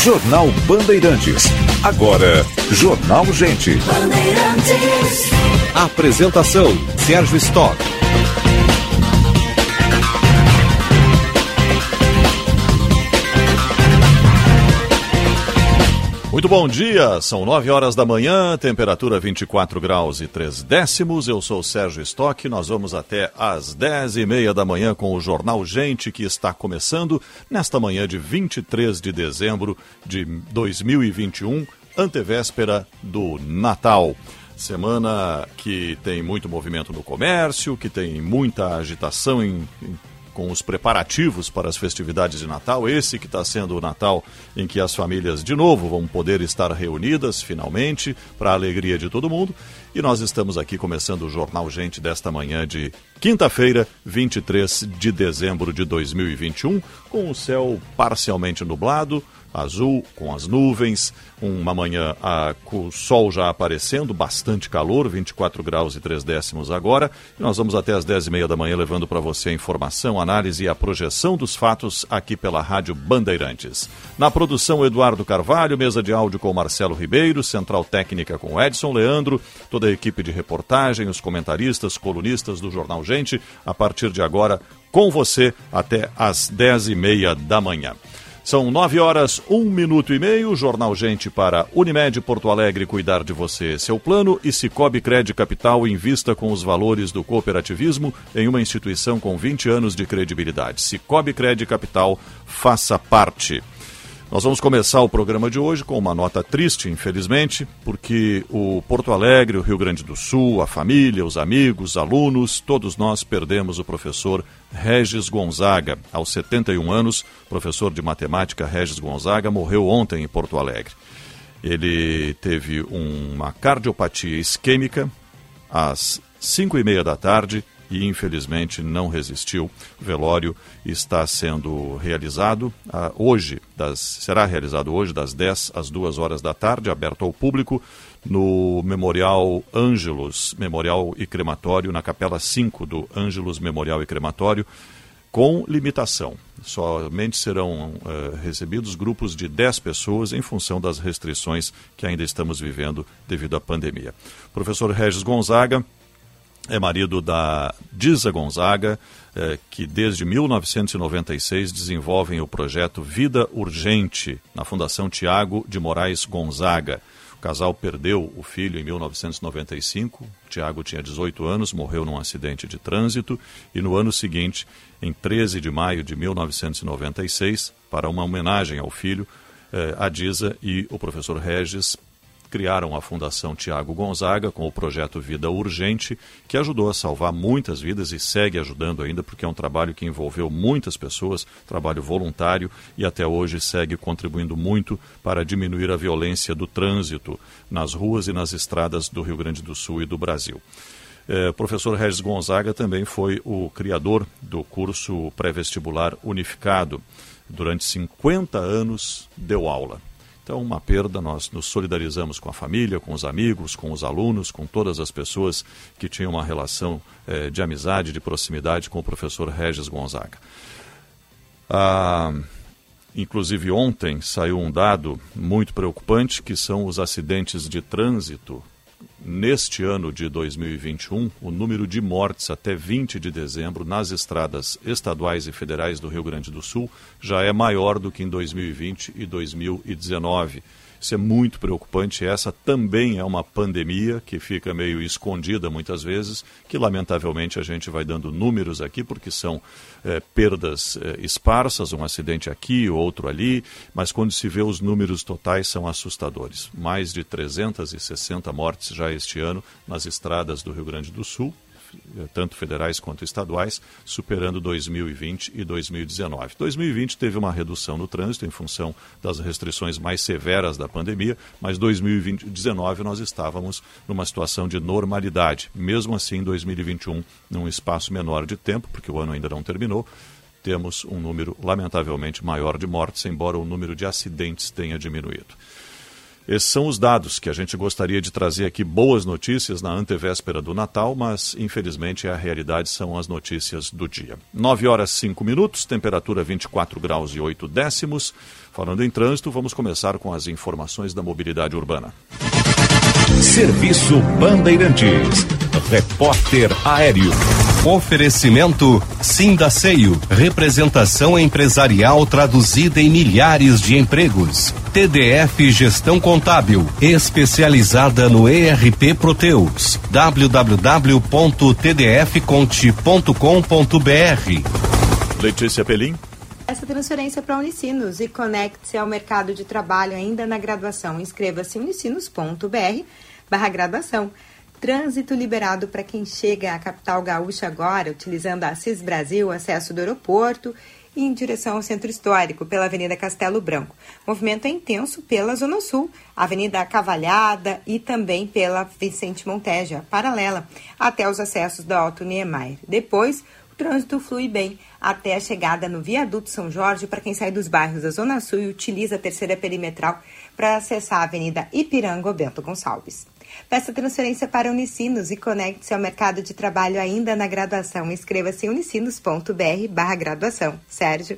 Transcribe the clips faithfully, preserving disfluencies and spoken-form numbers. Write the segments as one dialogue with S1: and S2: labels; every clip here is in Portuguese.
S1: Jornal Bandeirantes. Agora, Jornal Gente.
S2: Bandeirantes.
S3: Apresentação, Sérgio Stock. Muito bom dia, são nove horas da manhã, temperatura vinte e quatro graus e três décimos. Eu sou o Sérgio Stock, nós vamos até às dez e meia da manhã com o Jornal Gente, que está começando nesta manhã de vinte e três de dezembro de dois mil e vinte e um, antevéspera do Natal. Semana que tem muito movimento no comércio, que tem muita agitação em, em com os preparativos para as festividades de Natal, esse que está sendo o Natal em que as famílias de novo vão poder estar reunidas finalmente para a alegria de todo mundo. E nós estamos aqui começando o Jornal Gente desta manhã de quinta-feira, vinte e três de dezembro de dois mil e vinte e um, com o céu parcialmente nublado, azul, com as nuvens, uma manhã ah, com o sol já aparecendo, bastante calor, vinte e quatro graus e três décimos agora. E nós vamos até às dez e meia da manhã levando para você a informação, análise e a projeção dos fatos aqui pela Rádio Bandeirantes. Na produção, Eduardo Carvalho, mesa de áudio com Marcelo Ribeiro, central técnica com Edson Leandro, toda a equipe de reportagem, os comentaristas, colunistas do Jornal Gente, a partir de agora com você até às dez e meia da manhã. São nove horas, um minuto e meio, Jornal Gente para Unimed Porto Alegre, cuidar de você, seu plano, e Sicoob Cred Capital, invista com os valores do cooperativismo em uma instituição com vinte anos de credibilidade. Sicoob Cred Capital, faça parte. Nós vamos começar o programa de hoje com uma nota triste, infelizmente, porque o Porto Alegre, o Rio Grande do Sul, a família, os amigos, alunos, todos nós perdemos o professor Regis Gonzaga. Aos setenta e um anos, professor de matemática Regis Gonzaga morreu ontem em Porto Alegre. Ele teve uma cardiopatia isquêmica às cinco e meia da tarde, e infelizmente não resistiu. O velório está sendo realizado ah, hoje, das, será realizado hoje das dez às duas horas da tarde, aberto ao público, no Memorial Ângelos, Memorial e Crematório, na Capela cinco do Ângelos Memorial e Crematório, com limitação. Somente serão uh, recebidos grupos de dez pessoas em função das restrições que ainda estamos vivendo devido à pandemia. Professor Regis Gonzaga é marido da Diza Gonzaga, eh, que desde mil novecentos e noventa e seis desenvolvem o projeto Vida Urgente, na Fundação Tiago de Moraes Gonzaga. O casal perdeu o filho em mil novecentos e noventa e cinco, Tiago tinha dezoito anos, morreu num acidente de trânsito, e no ano seguinte, em treze de maio de mil novecentos e noventa e seis, para uma homenagem ao filho, eh, a Diza e o professor Regis criaram a Fundação Tiago Gonzaga com o projeto Vida Urgente, que ajudou a salvar muitas vidas e segue ajudando ainda, porque é um trabalho que envolveu muitas pessoas, trabalho voluntário, e até hoje segue contribuindo muito para diminuir a violência do trânsito nas ruas e nas estradas do Rio Grande do Sul e do Brasil. O professor Regis Gonzaga também foi o criador do curso pré-vestibular unificado. Durante cinquenta anos deu aula. Então, uma perda, nós nos solidarizamos com a família, com os amigos, com os alunos, com todas as pessoas que tinham uma relação eh, de amizade, de proximidade com o professor Regis Gonzaga. Ah, inclusive, ontem saiu um dado muito preocupante, que são os acidentes de trânsito. Neste ano de dois mil e vinte e um, o número de mortes até vinte de dezembro nas estradas estaduais e federais do Rio Grande do Sul já é maior do que em dois mil e vinte e dois mil e dezenove. Isso é muito preocupante. Essa também é uma pandemia que fica meio escondida muitas vezes, que lamentavelmente a gente vai dando números aqui, porque são é, perdas é, esparsas, um acidente aqui, outro ali, mas quando se vê os números totais são assustadores. Mais de trezentas e sessenta mortes já este ano nas estradas do Rio Grande do Sul, tanto federais quanto estaduais, superando dois mil e vinte e dois mil e dezenove. dois mil e vinte teve uma redução no trânsito em função das restrições mais severas da pandemia, mas dois mil e dezenove nós estávamos numa situação de normalidade. Mesmo assim, em dois mil e vinte e um, num espaço menor de tempo, porque o ano ainda não terminou, temos um número lamentavelmente maior de mortes, embora o número de acidentes tenha diminuído. Esses são os dados que a gente gostaria de trazer aqui, boas notícias na antevéspera do Natal, mas infelizmente a realidade são as notícias do dia. nove horas e cinco minutos, temperatura vinte e quatro graus e oito décimos. Falando em trânsito, vamos começar com as informações da mobilidade urbana.
S1: Serviço Bandeirantes. Repórter Aéreo.
S4: Oferecimento Sindaceio, representação empresarial traduzida em milhares de empregos. T D F Gestão Contábil, especializada no E R P Proteus. w w w ponto t d f conte ponto com ponto b r.
S3: Letícia Pelim.
S5: Essa transferência para Unicinos e conecte-se ao mercado de trabalho ainda na graduação. Inscreva-se em unicinos ponto b r barra graduação. Trânsito liberado para quem chega à capital gaúcha agora, utilizando a Assis Brasil, acesso do aeroporto e em direção ao centro histórico, pela Avenida Castelo Branco. O movimento é intenso pela Zona Sul, Avenida Cavalhada e também pela Vicente Monteja, paralela até os acessos do Alto Niemeyer. Depois, o trânsito flui bem até a chegada no Viaduto São Jorge para quem sai dos bairros da Zona Sul e utiliza a terceira perimetral para acessar a Avenida Ipiranga Bento Gonçalves. Peça transferência para Unicinos e conecte-se ao mercado de trabalho ainda na graduação. Inscreva-se em unicinos ponto b r barra graduação. Sérgio.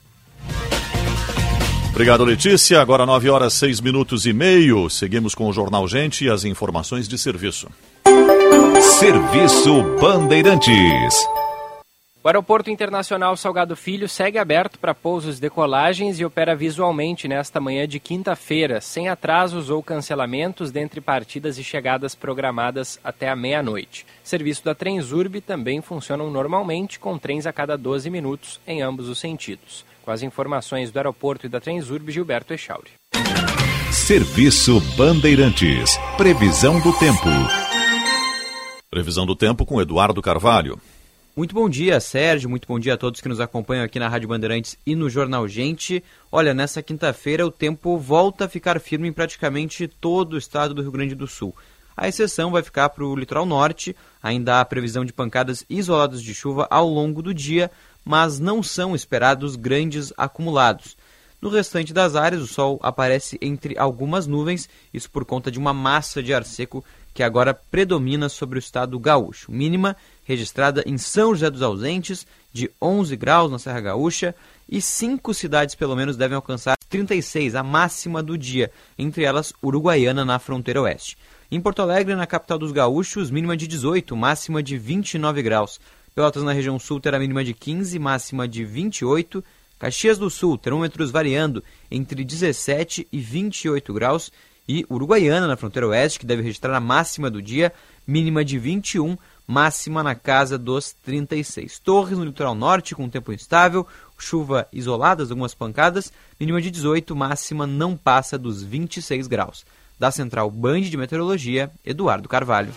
S3: Obrigado, Letícia. Agora nove horas seis minutos e meio. Seguimos com o Jornal Gente e as informações de serviço.
S1: Serviço Bandeirantes.
S6: O Aeroporto Internacional Salgado Filho segue aberto para pousos e decolagens e opera visualmente nesta manhã de quinta-feira, sem atrasos ou cancelamentos dentre partidas e chegadas programadas até a meia-noite. Serviço da Transurb também funcionam normalmente, com trens a cada doze minutos em ambos os sentidos. Com as informações do aeroporto e da Transurb, Gilberto Echauri.
S1: Serviço Bandeirantes. Previsão do tempo.
S3: Previsão do tempo com Eduardo Carvalho.
S7: Muito bom dia, Sérgio. Muito bom dia a todos que nos acompanham aqui na Rádio Bandeirantes e no Jornal Gente. Olha, nessa quinta-feira o tempo volta a ficar firme em praticamente todo o estado do Rio Grande do Sul. A exceção vai ficar para o litoral norte. Ainda há previsão de pancadas isoladas de chuva ao longo do dia, mas não são esperados grandes acumulados. No restante das áreas, o sol aparece entre algumas nuvens, isso por conta de uma massa de ar seco que agora predomina sobre o estado gaúcho. Mínima registrada em São José dos Ausentes, de onze graus na Serra Gaúcha, e cinco cidades pelo menos devem alcançar trinta e seis, a máxima do dia, entre elas Uruguaiana na fronteira oeste. Em Porto Alegre, na capital dos gaúchos, mínima de dezoito, máxima de vinte e nove graus. Pelotas na região sul terá mínima de quinze, máxima de vinte e oito. Caxias do Sul, termômetros variando entre dezessete e vinte e oito graus. E Uruguaiana, na fronteira oeste, que deve registrar a máxima do dia, mínima de vinte e um, máxima na casa dos trinta e seis. Torres, no litoral norte, com tempo instável, chuva isoladas, algumas pancadas, mínima de dezoito, máxima não passa dos vinte e seis graus. Da Central Band de Meteorologia, Eduardo Carvalho.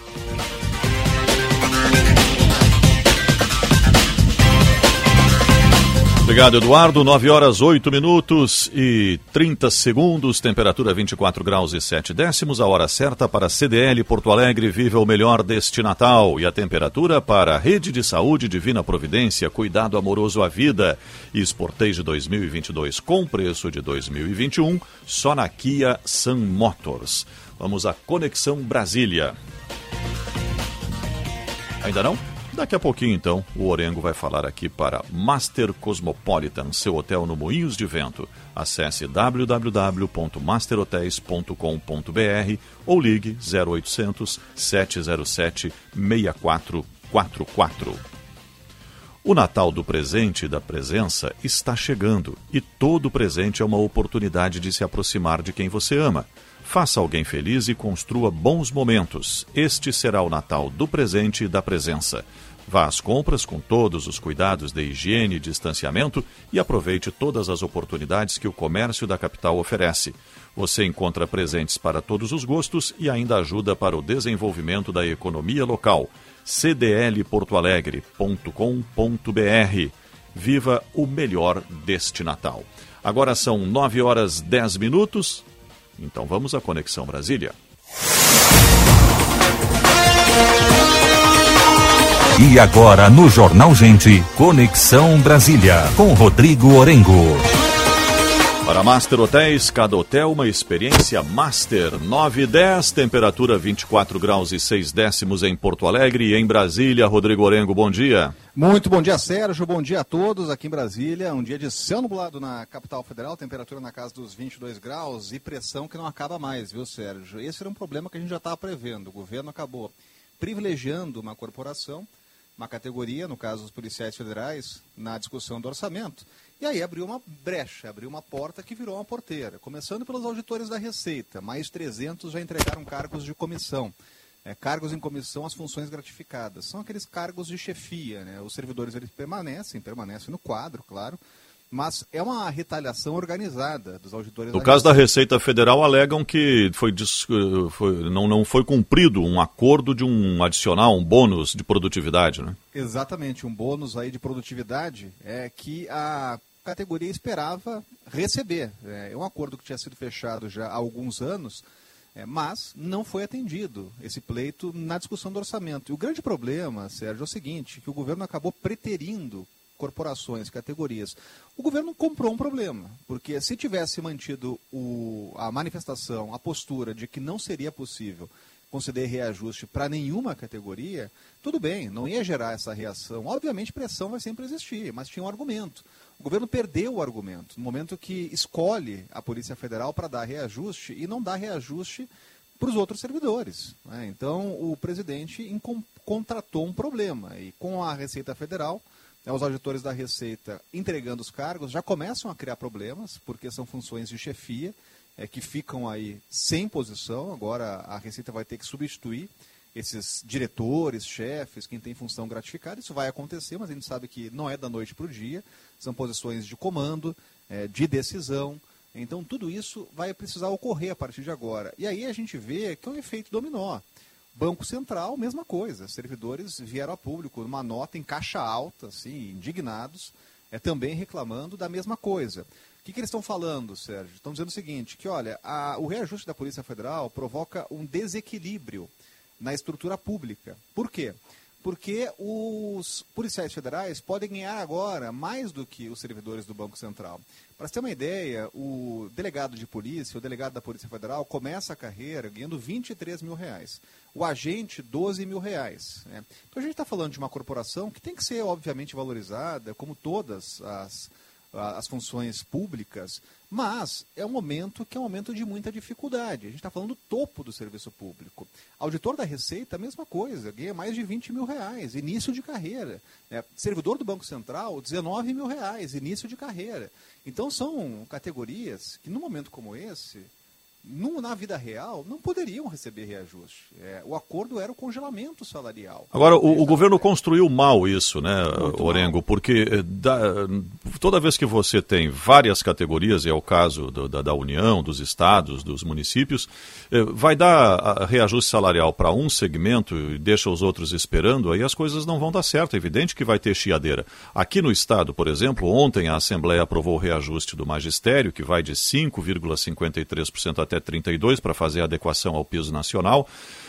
S3: Obrigado, Eduardo. nove horas, oito minutos e trinta segundos, temperatura vinte e quatro graus e sete décimos, a hora certa para C D L Porto Alegre, viva o melhor deste Natal. E a temperatura para a Rede de Saúde Divina Providência, cuidado amoroso à vida. E Sportage dois mil e vinte e dois com preço de dois mil e vinte e um, só na Kia Sun Motors. Vamos à Conexão Brasília. Ainda não? Daqui a pouquinho, então, o Orengo vai falar aqui para Master Cosmopolitan, seu hotel no Moinhos de Vento. Acesse w w w ponto master hotels ponto com ponto b r ou ligue zero oitocentos, sete zero sete, seis quatro quatro quatro. O Natal do presente e da presença está chegando e todo presente é uma oportunidade de se aproximar de quem você ama. Faça alguém feliz e construa bons momentos. Este será o Natal do presente e da presença. Vá às compras com todos os cuidados de higiene e distanciamento e aproveite todas as oportunidades que o comércio da capital oferece. Você encontra presentes para todos os gostos e ainda ajuda para o desenvolvimento da economia local. c d l porto alegre ponto com ponto b r. Viva o melhor deste Natal. Agora são nove horas e dez minutos. Então vamos à Conexão Brasília.
S1: E agora no Jornal Gente, Conexão Brasília, com Rodrigo Orengo.
S3: Para Master Hotéis, cada hotel uma experiência Master. nove e dez, temperatura vinte e quatro graus e seis décimos em Porto Alegre e em Brasília. Rodrigo Orengo, bom dia.
S8: Muito bom dia, Sérgio. Bom dia a todos aqui em Brasília. Um dia de céu nublado na capital federal, temperatura na casa dos vinte e dois graus e pressão que não acaba mais, viu, Sérgio? Esse era um problema que a gente já estava prevendo. O governo acabou privilegiando uma corporação, uma categoria, no caso os policiais federais, na discussão do orçamento. E aí abriu uma brecha, abriu uma porta que virou uma porteira. Começando pelos auditores da Receita, mais trezentos já entregaram cargos de comissão. É, cargos em comissão, as funções gratificadas. São aqueles cargos de chefia, né? Os servidores eles permanecem, permanecem no quadro, claro. Mas é uma retaliação organizada dos auditores
S3: no
S8: da
S3: caso
S8: Receita.
S3: da Receita Federal, alegam que foi, foi, não, não foi cumprido um acordo de um adicional, um bônus de produtividade, né?
S8: Exatamente, um bônus aí de produtividade é que a categoria esperava receber. É um acordo que tinha sido fechado já há alguns anos, é, mas não foi atendido esse pleito na discussão do orçamento. E o grande problema, Sérgio, é o seguinte, que o governo acabou preterindo corporações, categorias. O governo comprou um problema, porque se tivesse mantido o, a manifestação, a postura de que não seria possível conceder reajuste para nenhuma categoria, tudo bem, não ia gerar essa reação. Obviamente, pressão vai sempre existir, mas tinha um argumento. O governo perdeu o argumento no momento que escolhe a Polícia Federal para dar reajuste e não dá reajuste para os outros servidores, né? Então, o presidente contratou um problema e com a Receita Federal, né, os auditores da Receita entregando os cargos já começam a criar problemas, porque são funções de chefia, é, que ficam aí sem posição. Agora a Receita vai ter que substituir esses diretores, chefes, quem tem função gratificada. Isso vai acontecer, mas a gente sabe que não é da noite para o dia. São posições de comando, é, de decisão. Então tudo isso vai precisar ocorrer a partir de agora. E aí a gente vê que é um efeito dominó. Banco Central, mesma coisa. Servidores vieram a público numa nota em caixa alta, assim, indignados, é, também reclamando da mesma coisa. O que, que eles estão falando, Sérgio? Estão dizendo o seguinte, que olha, a, o reajuste da Polícia Federal provoca um desequilíbrio na estrutura pública. Por quê? Porque os policiais federais podem ganhar agora mais do que os servidores do Banco Central. Para você ter uma ideia, o delegado de polícia, o delegado da Polícia Federal, começa a carreira ganhando vinte e três mil reais. O agente, doze mil reais. Né? Então a gente está falando de uma corporação que tem que ser, obviamente, valorizada, como todas as... as funções públicas, mas é um momento que é um momento de muita dificuldade. A gente está falando do topo do serviço público. Auditor da Receita, a mesma coisa, ganha mais de vinte mil reais, início de carreira. É, servidor do Banco Central, dezenove mil reais, início de carreira. Então são categorias que, num momento como esse, no, na vida real, não poderiam receber reajuste. É, o acordo era o congelamento salarial.
S3: Agora, o, o governo construiu mal isso, né,
S8: Muito
S3: Orengo?
S8: mal.
S3: Porque da, toda vez que você tem várias categorias, e é o caso do, da, da União, dos estados, dos municípios, eh, vai dar reajuste salarial para um segmento e deixa os outros esperando, aí as coisas não vão dar certo. É evidente que vai ter chiadeira. Aqui no estado, por exemplo, ontem a Assembleia aprovou o reajuste do magistério, que vai de cinco vírgula cinquenta e três por cento até trinta e dois por cento para fazer a adequação ao piso nacional.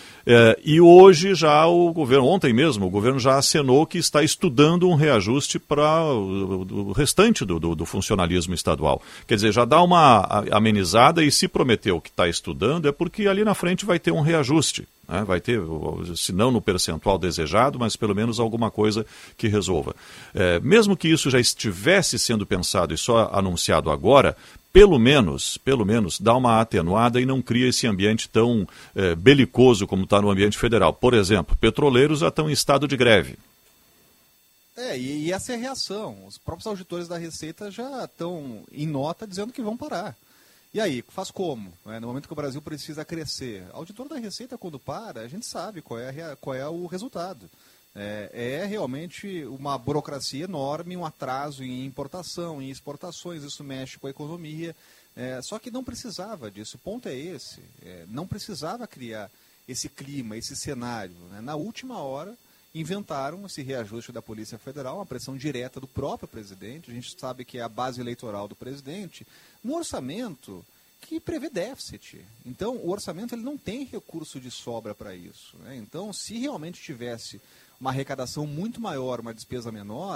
S3: É, e hoje já o governo, ontem mesmo, o governo já acenou que está estudando um reajuste para o, o restante do, do, do funcionalismo estadual. Quer dizer, já dá uma amenizada e se prometeu que está estudando é porque ali na frente vai ter um reajuste. Né? Vai ter, se não no percentual desejado, mas pelo menos alguma coisa que resolva. É, mesmo que isso já estivesse sendo pensado e só anunciado agora, pelo menos, pelo menos, dá uma atenuada e não cria esse ambiente tão é, belicoso como está no ambiente federal. Por exemplo, petroleiros já estão em estado de greve.
S8: É, e, e essa é a reação. Os próprios auditores da Receita já estão em nota dizendo que vão parar. E aí, faz como? Né? No momento que o Brasil precisa crescer. O auditor da Receita, quando para, a gente sabe qual é, a, qual é o resultado. É, é realmente uma burocracia enorme, um atraso em importação, em exportações, isso mexe com a economia. É, só que não precisava disso, o ponto é esse. É, não precisava criar esse clima, esse cenário. Né? Na última hora, inventaram esse reajuste da Polícia Federal, uma pressão direta do próprio presidente. A gente sabe que é a base eleitoral do presidente, no orçamento que prevê déficit. Então, o orçamento ele não tem recurso de sobra para isso. Né? Então, se realmente tivesse uma arrecadação muito maior, uma despesa menor,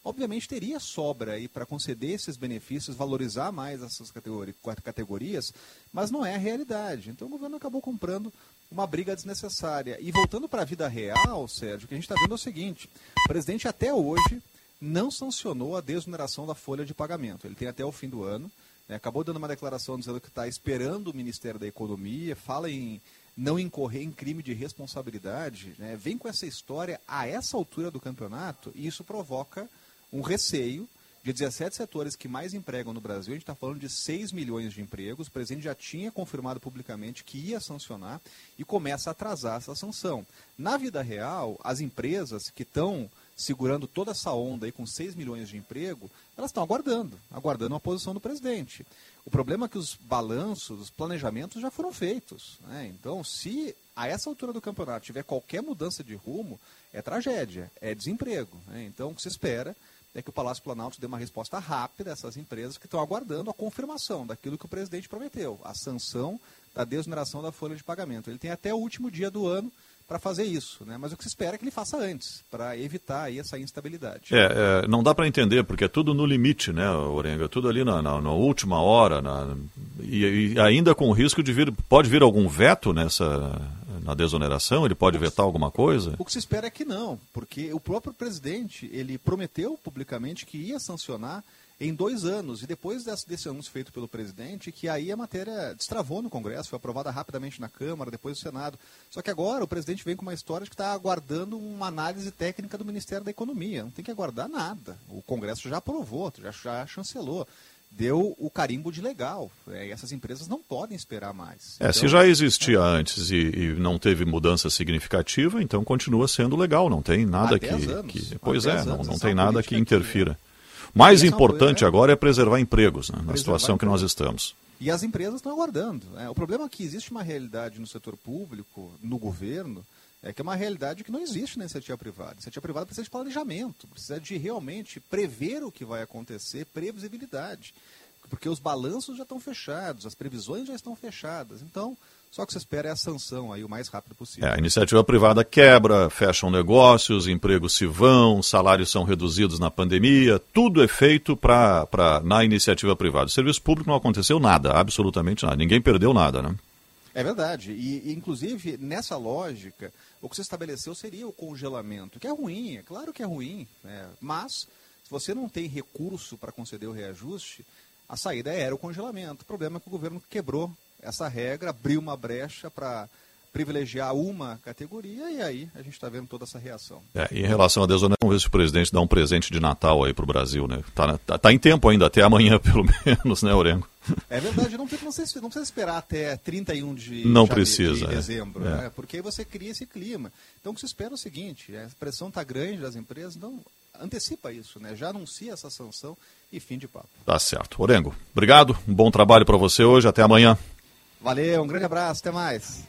S8: obviamente teria sobra aí para conceder esses benefícios, valorizar mais essas categorias, mas não é a realidade. Então o governo acabou comprando uma briga desnecessária. E voltando para a vida real, Sérgio, o que a gente está vendo é o seguinte: o presidente até hoje não sancionou a desoneração da folha de pagamento. Ele tem até o fim do ano. Né? Acabou dando uma declaração dizendo que está esperando o Ministério da Economia, fala em não incorrer em crime de responsabilidade, né? Vem com essa história a essa altura do campeonato, e isso provoca um receio de dezessete setores que mais empregam no Brasil. A gente está falando de seis milhões de empregos. O presidente já tinha confirmado publicamente que ia sancionar e começa a atrasar essa sanção. Na vida real, as empresas que estão segurando toda essa onda aí com seis milhões de emprego, elas estão aguardando, aguardando a posição do presidente. O problema é que os balanços, os planejamentos já foram feitos, né? Então, se a essa altura do campeonato tiver qualquer mudança de rumo, é tragédia, é desemprego, né? Então, o que se espera é que o Palácio Planalto dê uma resposta rápida a essas empresas que estão aguardando a confirmação daquilo que o presidente prometeu, a sanção da desoneração da folha de pagamento. Ele tem até o último dia do ano para fazer isso, né? Mas o que se espera é que ele faça antes, para evitar aí essa instabilidade.
S3: É, é não dá para entender, porque é tudo no limite, né, Orenga? Tudo ali na, na, na última hora, na, e, e ainda com o risco de vir, pode vir algum veto nessa, na desoneração? Ele pode vetar alguma coisa?
S8: O que se espera é que não, porque o próprio presidente, ele prometeu publicamente que ia sancionar em dois anos, e depois desse, desse anúncio feito pelo presidente, que aí a matéria destravou no Congresso, foi aprovada rapidamente na Câmara, depois no Senado. Só que agora o presidente vem com uma história de que está aguardando uma análise técnica do Ministério da Economia. Não tem que aguardar nada. O Congresso já aprovou, já, já chancelou, deu o carimbo de legal. É, e essas empresas não podem esperar mais.
S3: É,
S8: então,
S3: se já existia é, antes e, e não teve mudança significativa, então continua sendo legal, não tem nada que,
S8: anos,
S3: que... Pois é, não, não tem
S8: é
S3: nada que interfira. Aqui, O mais importante
S8: é...
S3: agora é preservar empregos, né,
S8: preservar
S3: na situação que nós estamos.
S8: E as empresas estão aguardando. Né? O problema é que existe uma realidade no setor público, no governo, é que é uma realidade que não existe na iniciativa privada. A iniciativa privada precisa de planejamento, precisa de realmente prever o que vai acontecer, previsibilidade. Porque os balanços já estão fechados, as previsões já estão fechadas. Então, só o que se espera é a sanção aí o mais rápido possível. É,
S3: a iniciativa privada quebra, fecham negócios, empregos se vão, salários são reduzidos na pandemia, tudo é feito pra, pra, na iniciativa privada. O serviço público não aconteceu nada, absolutamente nada, ninguém perdeu nada, né?
S8: É verdade, e, e inclusive nessa lógica, o que se estabeleceu seria o congelamento, que é ruim, é claro que é ruim, né? Mas se você não tem recurso para conceder o reajuste, a saída era o congelamento. O problema é que o governo quebrou essa regra, abriu uma brecha para privilegiar uma categoria, e aí a gente está vendo toda essa reação.
S3: É, e em relação à desoneração, vamos ver se o presidente dá um presente de Natal aí para o Brasil, né? Tá, tá, tá em tempo ainda, até amanhã pelo menos, né, Orengo?
S8: É verdade, não, não, precisa, não precisa esperar até trinta e um de,
S3: não
S8: janeiro,
S3: precisa,
S8: de dezembro,
S3: é.
S8: Né? Porque aí você cria esse clima. Então o que se espera é o seguinte, a pressão está grande das empresas, então antecipa isso, né? Já anuncia essa sanção e fim de papo.
S3: Tá certo. Orengo, obrigado, um bom trabalho para você hoje, até amanhã.
S8: Valeu, um grande abraço, até mais.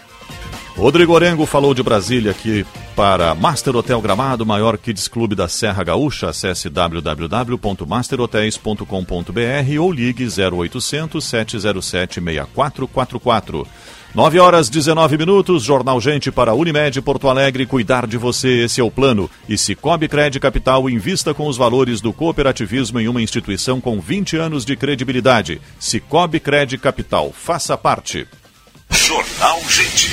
S3: Rodrigo Orengo falou de Brasília aqui para Master Hotel Gramado, maior Kids Clube da Serra Gaúcha. Acesse w w w ponto master hotels ponto com ponto b r ou ligue zero oitocentos, sete zero sete, seis quatro quatro quatro. nove horas e dezenove minutos, Jornal Gente para Unimed Porto Alegre, cuidar de você, esse é o plano. E Cicobi Cred Capital, invista com os valores do cooperativismo em uma instituição com vinte anos de credibilidade. Cicobi Cred Capital, faça parte.
S1: Jornal Gente.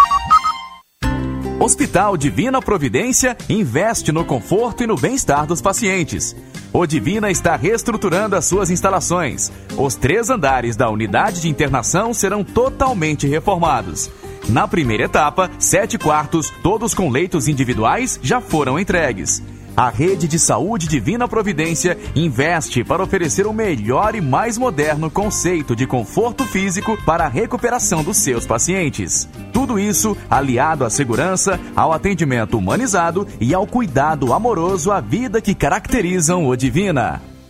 S9: Hospital Divina Providência investe no conforto e no bem-estar dos pacientes. O Divina está reestruturando as suas instalações. Os três andares da unidade de internação serão totalmente reformados. Na primeira etapa, sete quartos, todos com leitos individuais, já foram entregues. A Rede de Saúde Divina Providência investe para oferecer o melhor e mais moderno conceito de conforto físico para a recuperação dos seus pacientes. Tudo isso aliado à segurança, ao atendimento humanizado e ao cuidado amoroso à vida que caracterizam o Divina.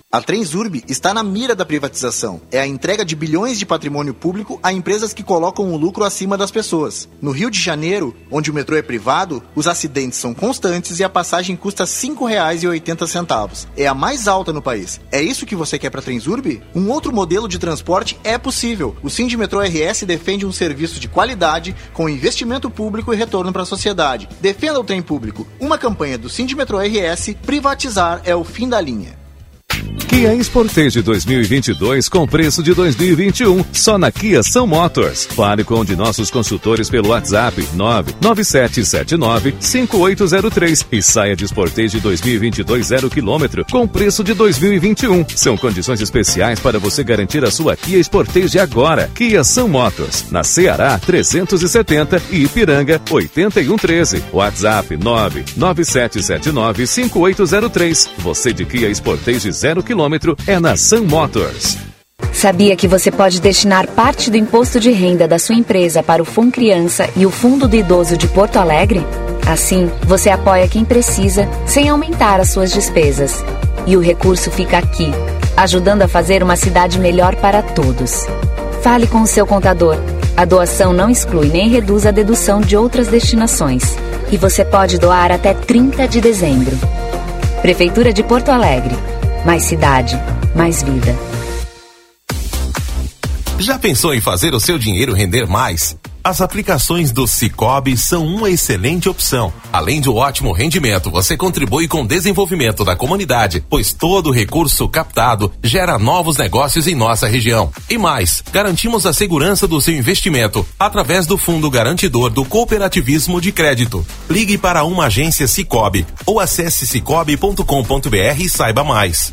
S10: A Transurb está na mira da privatização. É a entrega de bilhões de patrimônio público a empresas que colocam o lucro acima das pessoas. No Rio de Janeiro, onde o metrô é privado, os acidentes são constantes e a passagem custa cinco reais e oitenta centavos. É a mais alta no país. É isso que você quer para a Transurb? Um outro modelo de transporte é possível. O Sindimetrô R S defende um serviço de qualidade com investimento público e retorno para a sociedade. Defenda o trem público. Uma campanha do Sindimetrô R S, privatizar é o fim da linha.
S11: Kia Sportage dois mil e vinte e dois com preço de dois mil e vinte e um, só na Kia São Motors. Fale com um de nossos consultores pelo WhatsApp nove nove sete sete nove cinco oito zero três e saia de Sportage dois mil e vinte e dois zero quilômetro com preço de dois mil e vinte e um. São condições especiais para você garantir a sua Kia Sportage agora. Kia São Motors, na Ceará trezentos e setenta e Ipiranga oitenta e um treze. WhatsApp nove nove sete sete nove cinco oito zero três. Você de Kia Sportage zero quilômetro é na Sun Motors.
S12: Sabia que você pode destinar parte do imposto de renda da sua empresa para o Fundo Criança e o Fundo do Idoso de Porto Alegre? Assim, você apoia quem precisa, sem aumentar as suas despesas. E o recurso fica aqui, ajudando a fazer uma cidade melhor para todos. Fale com o seu contador. A doação não exclui nem reduz a dedução de outras destinações. E você pode doar até trinta de dezembro. Prefeitura de Porto Alegre. Mais cidade, mais vida.
S13: Já pensou em fazer o seu dinheiro render mais? As aplicações do Sicoob são uma excelente opção. Além de um ótimo rendimento, você contribui com o desenvolvimento da comunidade, pois todo o recurso captado gera novos negócios em nossa região. E mais, garantimos a segurança do seu investimento através do Fundo Garantidor do Cooperativismo de Crédito. Ligue para uma agência Sicoob ou acesse sicoob ponto com ponto br e saiba mais.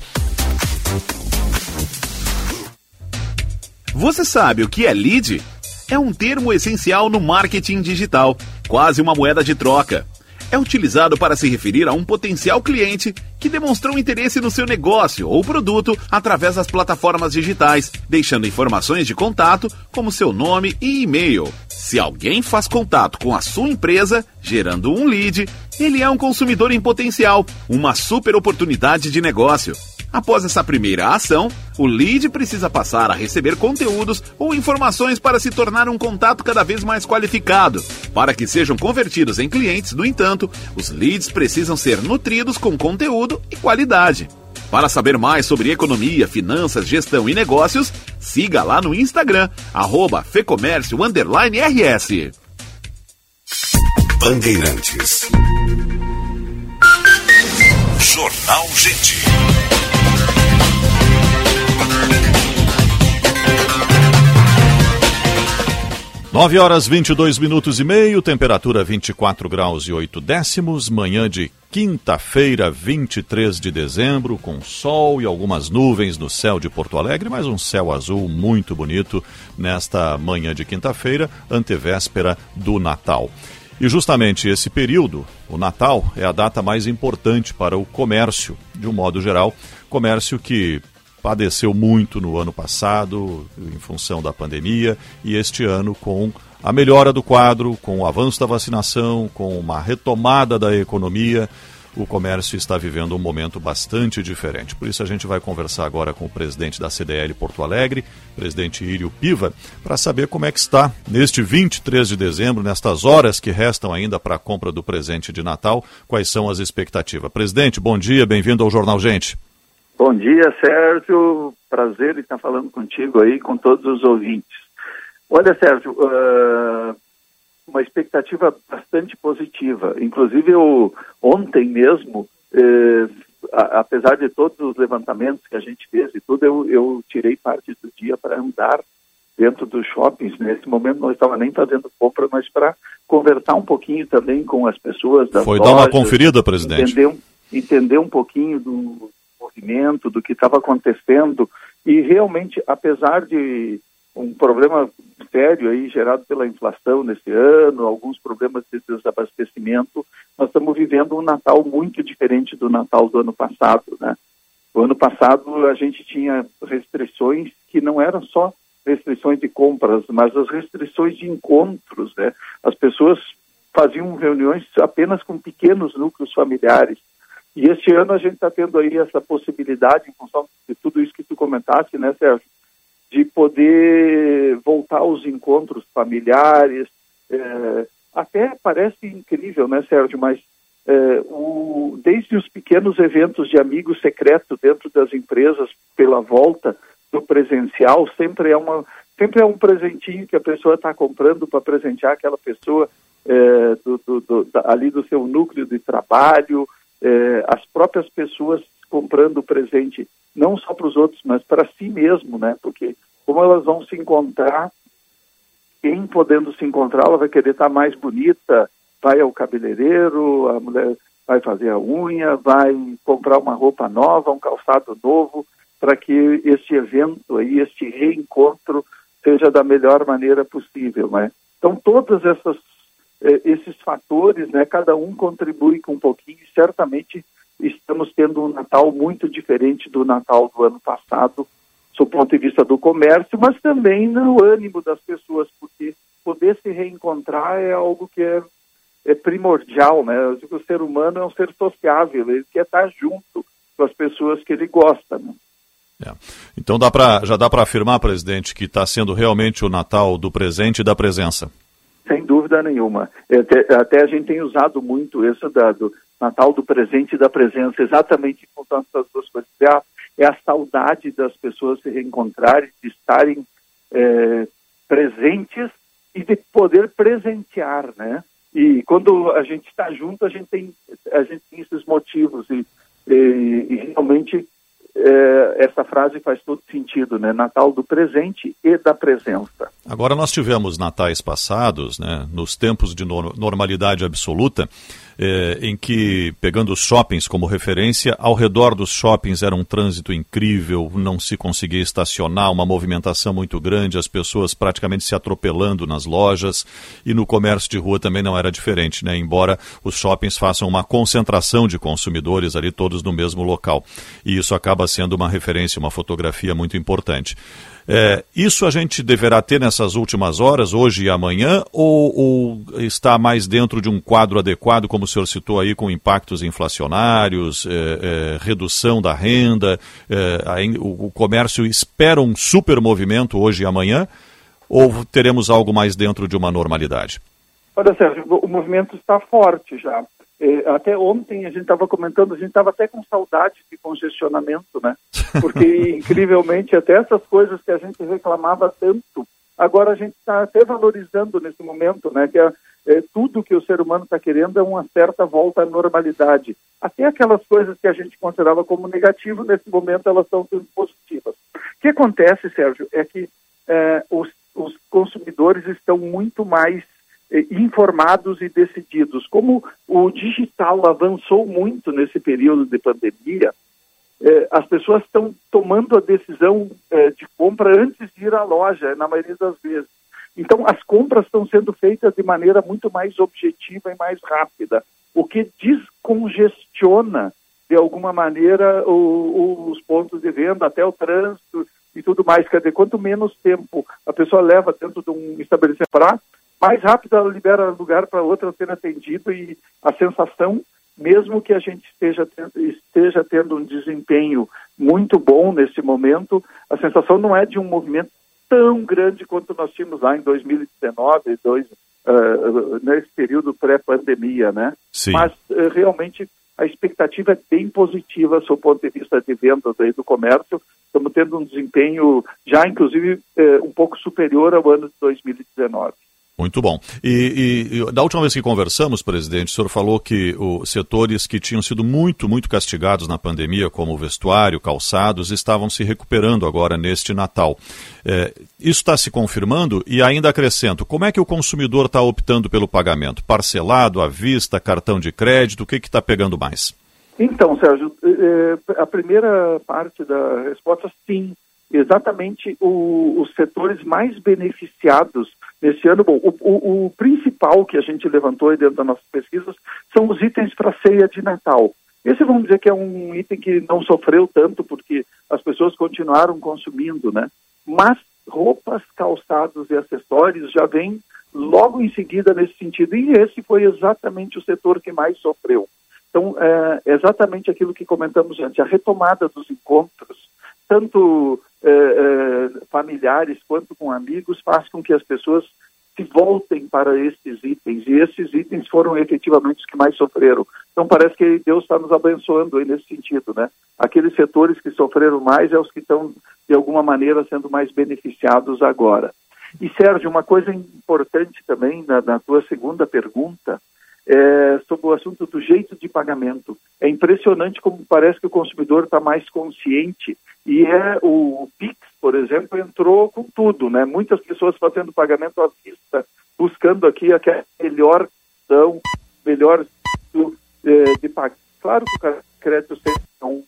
S14: Você sabe o que é lead? É um termo essencial no marketing digital, quase uma moeda de troca. É utilizado para se referir a um potencial cliente que demonstrou interesse no seu negócio ou produto através das plataformas digitais, deixando informações de contato como seu nome e e-mail. Se alguém faz contato com a sua empresa, gerando um lead, ele é um consumidor em potencial, uma super oportunidade de negócio. Após essa primeira ação, o lead precisa passar a receber conteúdos ou informações para se tornar um contato cada vez mais qualificado. Para que sejam convertidos em clientes, no entanto, os leads precisam ser nutridos com conteúdo e qualidade. Para saber mais sobre economia, finanças, gestão e negócios, siga lá no Instagram, arroba fecomércio underline rs.
S1: Bandeirantes. Jornal Gente.
S3: nove horas vinte e dois minutos e meio, temperatura vinte e quatro graus e oito décimos, manhã de quinta-feira, vinte e três de dezembro, com sol e algumas nuvens no céu de Porto Alegre, mas um céu azul muito bonito nesta manhã de quinta-feira, antevéspera do Natal. E justamente esse período, o Natal, é a data mais importante para o comércio, de um modo geral, comércio que padeceu muito no ano passado, em função da pandemia, e este ano com a melhora do quadro, com o avanço da vacinação, com uma retomada da economia, o comércio está vivendo um momento bastante diferente. Por isso a gente vai conversar agora com o presidente da C D L Porto Alegre, presidente Írio Piva, para saber como é que está neste vinte e três de dezembro, nestas horas que restam ainda para a compra do presente de Natal, quais são as expectativas. Presidente, bom dia, bem-vindo ao Jornal Gente.
S15: Bom dia, Sérgio. Prazer em estar falando contigo aí, com todos os ouvintes. Olha, Sérgio, uh, uma expectativa bastante positiva. Inclusive, eu, ontem mesmo, uh, a, apesar de todos os levantamentos que a gente fez e tudo, eu, eu tirei parte do dia para andar dentro dos shoppings. Nesse momento não estava nem fazendo compra, mas para conversar um pouquinho também com as pessoas das
S3: Foi
S15: lojas,
S3: dar uma conferida, presidente?
S15: Entender um, entender um pouquinho do movimento, do que estava acontecendo, e realmente, apesar de um problema sério aí gerado pela inflação nesse ano, alguns problemas de desabastecimento, nós estamos vivendo um Natal muito diferente do Natal do ano passado, né? O ano passado a gente tinha restrições que não eram só restrições de compras, mas as restrições de encontros, né? As pessoas faziam reuniões apenas com pequenos núcleos familiares. E este ano a gente está tendo aí essa possibilidade, em função de tudo isso que tu comentaste, né, Sérgio, de poder voltar aos encontros familiares. É, até parece incrível, né, Sérgio, mas é, o, desde os pequenos eventos de amigo secreto dentro das empresas, pela volta do presencial, sempre é, uma, sempre é um presentinho que a pessoa está comprando para presentear aquela pessoa é, do, do, do, ali do seu núcleo de trabalho, é, as próprias pessoas comprando presente não só para os outros, mas para si mesmo, né? Porque como elas vão se encontrar, quem podendo se encontrar, ela vai querer estar mais bonita, vai ao cabeleireiro, a mulher vai fazer a unha, vai comprar uma roupa nova, um calçado novo, para que este evento aí, este reencontro, seja da melhor maneira possível, né? Então, todos essas, eh, esses fatores, né, cada um contribui com um pouquinho, e certamente estamos tendo um Natal muito diferente do Natal do ano passado, do ponto de vista do comércio, mas também no ânimo das pessoas, porque poder se reencontrar é algo que é, é primordial, né? Eu digo que o ser humano é um ser sociável, ele quer estar junto com as pessoas que ele gosta, né?
S3: É. Então dá pra, já dá para afirmar, presidente, que está sendo realmente o Natal do presente e da presença?
S15: Sem dúvida nenhuma. Até, até a gente tem usado muito isso da, do Natal do presente e da presença, exatamente com essas duas coisas. É a, é a saudade das pessoas se reencontrarem, de estarem é, presentes e de poder presentear, né? E quando a gente está junto, a gente tem, a gente tem esses motivos e, e, e realmente é, essa frase faz todo sentido, né? Natal do presente e da presença.
S3: Agora nós tivemos natais passados, né, nos tempos de no- normalidade absoluta, é, em que, pegando os shoppings como referência, ao redor dos shoppings era um trânsito incrível, não se conseguia estacionar, uma movimentação muito grande, as pessoas praticamente se atropelando nas lojas, e no comércio de rua também não era diferente, né, embora os shoppings façam uma concentração de consumidores ali, todos no mesmo local. E isso acaba sendo uma referência, uma fotografia muito importante. É, isso a gente deverá ter nessas últimas horas, hoje e amanhã, ou, ou está mais dentro de um quadro adequado, como o senhor citou aí, com impactos inflacionários, é, é, redução da renda, é, a, o, o comércio espera um super movimento hoje e amanhã, ou teremos algo mais dentro de uma normalidade?
S15: Olha, Sérgio, o movimento está forte já. É, até ontem a gente estava comentando, a gente estava até com saudade de congestionamento, né? Porque, incrivelmente, até essas coisas que a gente reclamava tanto, agora a gente está até valorizando nesse momento, né? Que é, é, tudo que o ser humano está querendo é uma certa volta à normalidade. Até aquelas coisas que a gente considerava como negativo, nesse momento elas estão sendo positivas. O que acontece, Sérgio, é que é, os, os consumidores estão muito mais informados e decididos. Como o digital avançou muito nesse período de pandemia, eh, as pessoas estão tomando a decisão eh, de compra antes de ir à loja, na maioria das vezes. Então, as compras estão sendo feitas de maneira muito mais objetiva e mais rápida, o que descongestiona, de alguma maneira, o, o, os pontos de venda, até o trânsito e tudo mais. Quer dizer, quanto menos tempo a pessoa leva dentro de um estabelecimento para mais rápido ela libera lugar para outra ser atendido, e a sensação, mesmo que a gente esteja tendo, esteja tendo um desempenho muito bom nesse momento, a sensação não é de um movimento tão grande quanto nós tínhamos lá em dois mil e dezenove, dois, uh, nesse período pré-pandemia, né?
S3: Sim.
S15: Mas uh, realmente a expectativa é bem positiva sob o ponto de vista de vendas aí do comércio. Estamos tendo um desempenho já, inclusive, uh, um pouco superior ao ano de dois mil e dezenove.
S3: Muito bom. E, e, e da última vez que conversamos, presidente, o senhor falou que os setores que tinham sido muito, muito castigados na pandemia, como o vestuário, calçados, estavam se recuperando agora neste Natal. É, isso está se confirmando? E ainda acrescento, como é que o consumidor está optando pelo pagamento? Parcelado, à vista, cartão de crédito, o que está pegando mais?
S15: Então, Sérgio, a primeira parte da resposta, sim. Exatamente o, os setores mais beneficiados nesse ano. Bom, o, o, o principal que a gente levantou aí dentro das nossas pesquisas são os itens para ceia de Natal. Esse vamos dizer que é um item que não sofreu tanto porque as pessoas continuaram consumindo, né? Mas roupas, calçados e acessórios já vem logo em seguida nesse sentido, e esse foi exatamente o setor que mais sofreu. Então, é exatamente aquilo que comentamos antes, a retomada dos encontros, tanto é, é, familiares quanto com amigos, faz com que as pessoas se voltem para esses itens, e esses itens foram efetivamente os que mais sofreram. Então parece que Deus está nos abençoando aí nesse sentido, né? Aqueles setores que sofreram mais é os que estão, de alguma maneira, sendo mais beneficiados agora. E, Sérgio, uma coisa importante também na, na tua segunda pergunta, é sobre o assunto do jeito de pagamento. É impressionante como parece que o consumidor está mais consciente, e é o, o Pix, por exemplo, entrou com tudo, né? Muitas pessoas fazendo pagamento à vista, buscando aqui a melhor opção, melhor é, de pagar. Claro que o crédito sempre é um,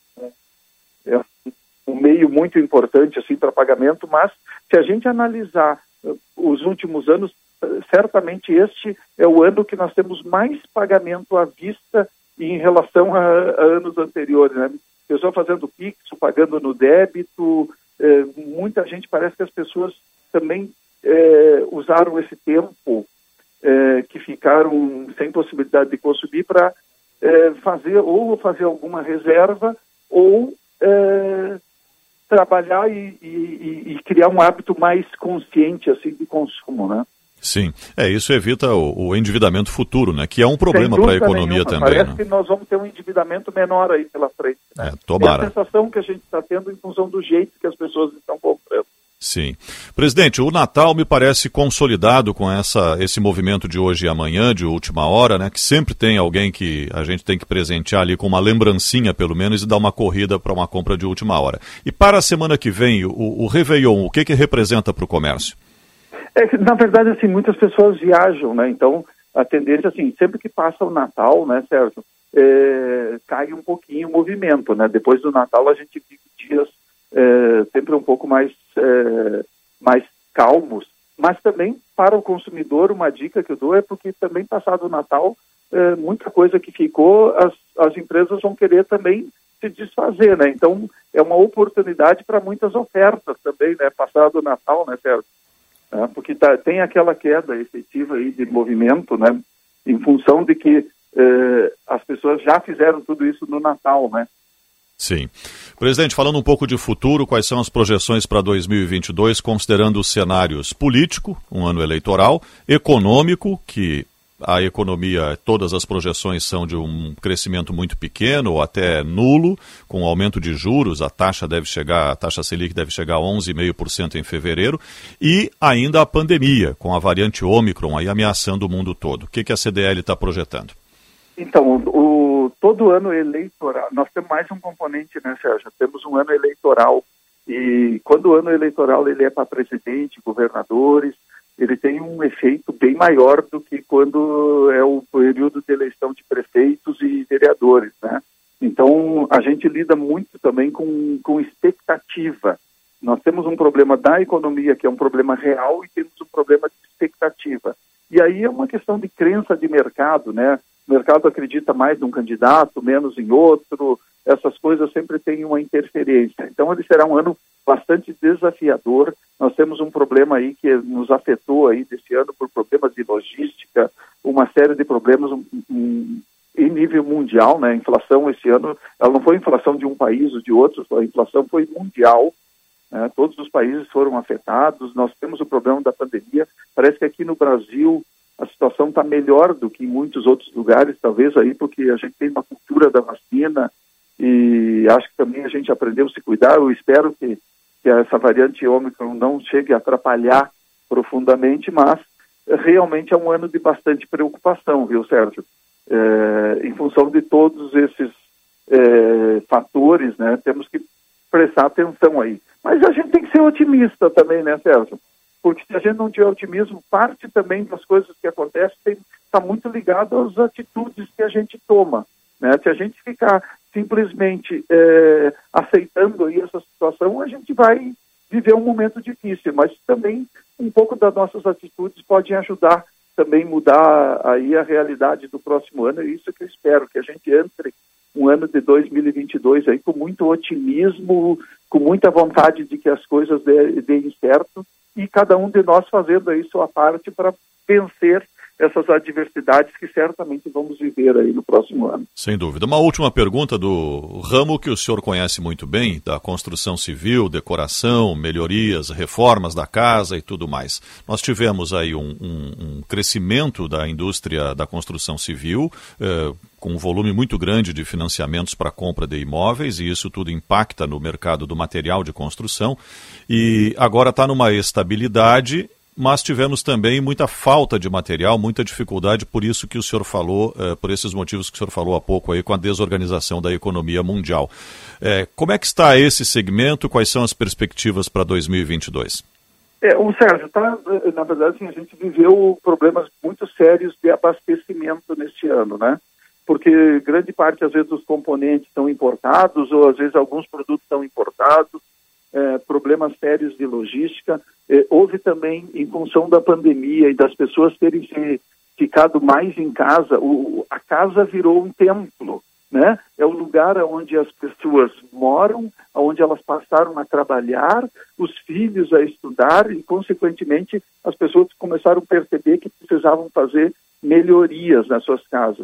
S15: é um meio muito importante assim, para pagamento, mas se a gente analisar os últimos anos, certamente este é o ano que nós temos mais pagamento à vista em relação a, a anos anteriores, né? Pessoal fazendo Pix, pagando no débito, eh, muita gente, parece que as pessoas também eh, usaram esse tempo eh, que ficaram sem possibilidade de consumir para eh, fazer ou fazer alguma reserva ou eh, trabalhar e, e, e criar um hábito mais consciente assim, de consumo, né?
S3: Sim, é, isso evita o, o endividamento futuro, né? Que é um problema para a economia nenhuma, também.
S15: Parece
S3: né?
S15: que nós vamos ter um endividamento menor aí pela frente. Né?
S3: É, tomara.
S15: É a sensação que a gente está tendo em função do jeito que as pessoas estão comprando.
S3: Sim. Presidente, o Natal me parece consolidado com essa, esse movimento de hoje e amanhã, de última hora, né? Que sempre tem alguém que a gente tem que presentear ali com uma lembrancinha, pelo menos, e dar uma corrida para uma compra de última hora. E para a semana que vem, o, o Réveillon, o que, que representa para o comércio?
S15: É que, na verdade, assim, muitas pessoas viajam, né? Então, a tendência, assim, sempre que passa o Natal, né, Sérgio, é, cai um pouquinho o movimento, né? Depois do Natal, a gente vive dias é, sempre um pouco mais, é, mais calmos. Mas também, para o consumidor, uma dica que eu dou é porque também, passado o Natal, é, muita coisa que ficou, as, as empresas vão querer também se desfazer, né? Então, é uma oportunidade para muitas ofertas também, né? Passado o Natal, né, Sérgio? É, porque tá, tem aquela queda efetiva aí de movimento, né, em função de que eh, as pessoas já fizeram tudo isso no Natal, né?
S3: Sim. Presidente, falando um pouco de futuro, quais são as projeções para dois mil e vinte e dois, considerando os cenários político, um ano eleitoral, econômico, que a economia, todas as projeções são de um crescimento muito pequeno ou até nulo, com aumento de juros, a taxa deve chegar, a taxa Selic deve chegar a onze vírgula cinco por cento em fevereiro, e ainda a pandemia, com a variante Ômicron aí ameaçando o mundo todo. O que, que a C D L está projetando?
S15: Então, o, o, todo ano eleitoral, nós temos mais um componente, né, Sérgio? Temos um ano eleitoral, e quando o ano eleitoral ele é para presidente, governadores, ele tem um efeito bem maior do que quando é o período de eleição de prefeitos e vereadores, né? Então, a gente lida muito também com, com expectativa. Nós temos um problema da economia, que é um problema real, e temos um problema de expectativa. E aí é uma questão de crença de mercado, né? O mercado acredita mais num candidato, menos em outro, essas coisas sempre têm uma interferência. Então, ele será um ano bastante desafiador. Nós temos um problema aí que nos afetou aí desse ano por problemas de logística, uma série de problemas um, um, em nível mundial, né? A inflação esse ano, ela não foi inflação de um país ou de outro, a inflação foi mundial, né? Todos os países foram afetados. Nós temos o problema da pandemia. Parece que aqui no Brasil a situação está melhor do que em muitos outros lugares, talvez aí porque a gente tem uma cultura da vacina e acho que também a gente aprendeu a se cuidar. Eu espero que, que essa variante Ômicron não chegue a atrapalhar profundamente, mas realmente é um ano de bastante preocupação, viu, Sérgio? É, em função de todos esses é, fatores, né, temos que prestar atenção aí. Mas a gente tem que ser otimista também, né, Sérgio? Porque se a gente não tiver otimismo, parte também das coisas que acontecem está muito ligado às atitudes que a gente toma, né? Se a gente ficar simplesmente é, aceitando aí essa situação, a gente vai viver um momento difícil, mas também um pouco das nossas atitudes podem ajudar também mudar aí a realidade do próximo ano, e isso que eu espero, que a gente entre um ano de dois mil e vinte e dois aí com muito otimismo, com muita vontade de que as coisas deem certo, e cada um de nós fazendo aí sua parte para vencer essas adversidades que certamente vamos viver aí no próximo ano.
S3: Sem dúvida. Uma última pergunta do ramo que o senhor conhece muito bem, da construção civil, decoração, melhorias, reformas da casa e tudo mais. Nós tivemos aí um, um, um crescimento da indústria da construção civil, eh, com um volume muito grande de financiamentos para a compra de imóveis, e isso tudo impacta no mercado do material de construção, e agora está numa estabilidade, mas tivemos também muita falta de material, muita dificuldade, por isso que o senhor falou, eh, por esses motivos que o senhor falou há pouco aí, com a desorganização da economia mundial. Eh, como é que está esse segmento? Quais são as perspectivas para dois mil e vinte e dois?
S15: É, o Sérgio, tá, na verdade, assim, a gente viveu problemas muito sérios de abastecimento neste ano, né? Porque grande parte, às vezes, dos componentes estão importados, ou às vezes alguns produtos estão importados, é, problemas sérios de logística. É, houve também, em função da pandemia e das pessoas terem se ficado mais em casa, o, a casa virou um templo, né? É o lugar onde as pessoas moram, onde elas passaram a trabalhar, os filhos a estudar e, consequentemente, as pessoas começaram a perceber que precisavam fazer melhorias nas suas casas.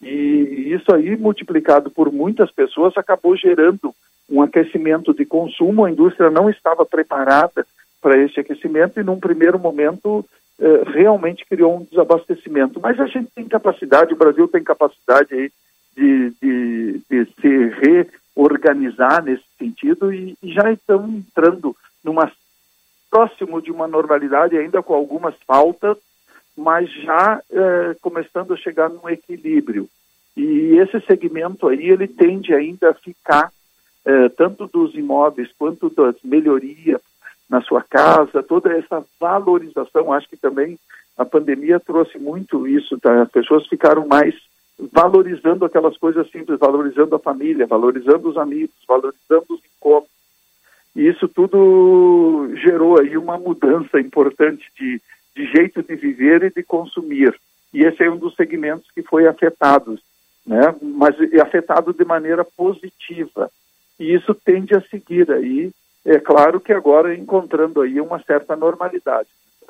S15: E isso aí, multiplicado por muitas pessoas, acabou gerando um aquecimento de consumo. A indústria não estava preparada para esse aquecimento e, num primeiro momento, eh, realmente criou um desabastecimento. Mas a gente tem capacidade, o Brasil tem capacidade aí de, de, de se reorganizar nesse sentido e, e já estão entrando numa, próximo de uma normalidade, ainda com algumas faltas, mas já eh, começando a chegar num equilíbrio. E esse segmento aí, ele tende ainda a ficar, eh, tanto dos imóveis quanto das melhorias na sua casa, toda essa valorização. Acho que também a pandemia trouxe muito isso, tá? As pessoas ficaram mais valorizando aquelas coisas simples, valorizando a família, valorizando os amigos, valorizando os encontros. E isso tudo gerou aí uma mudança importante de de jeito de viver e de consumir. E esse é um dos segmentos que foi afetado, né? Mas é afetado de maneira positiva. E isso tende a seguir aí, é claro que agora encontrando aí uma certa normalidade.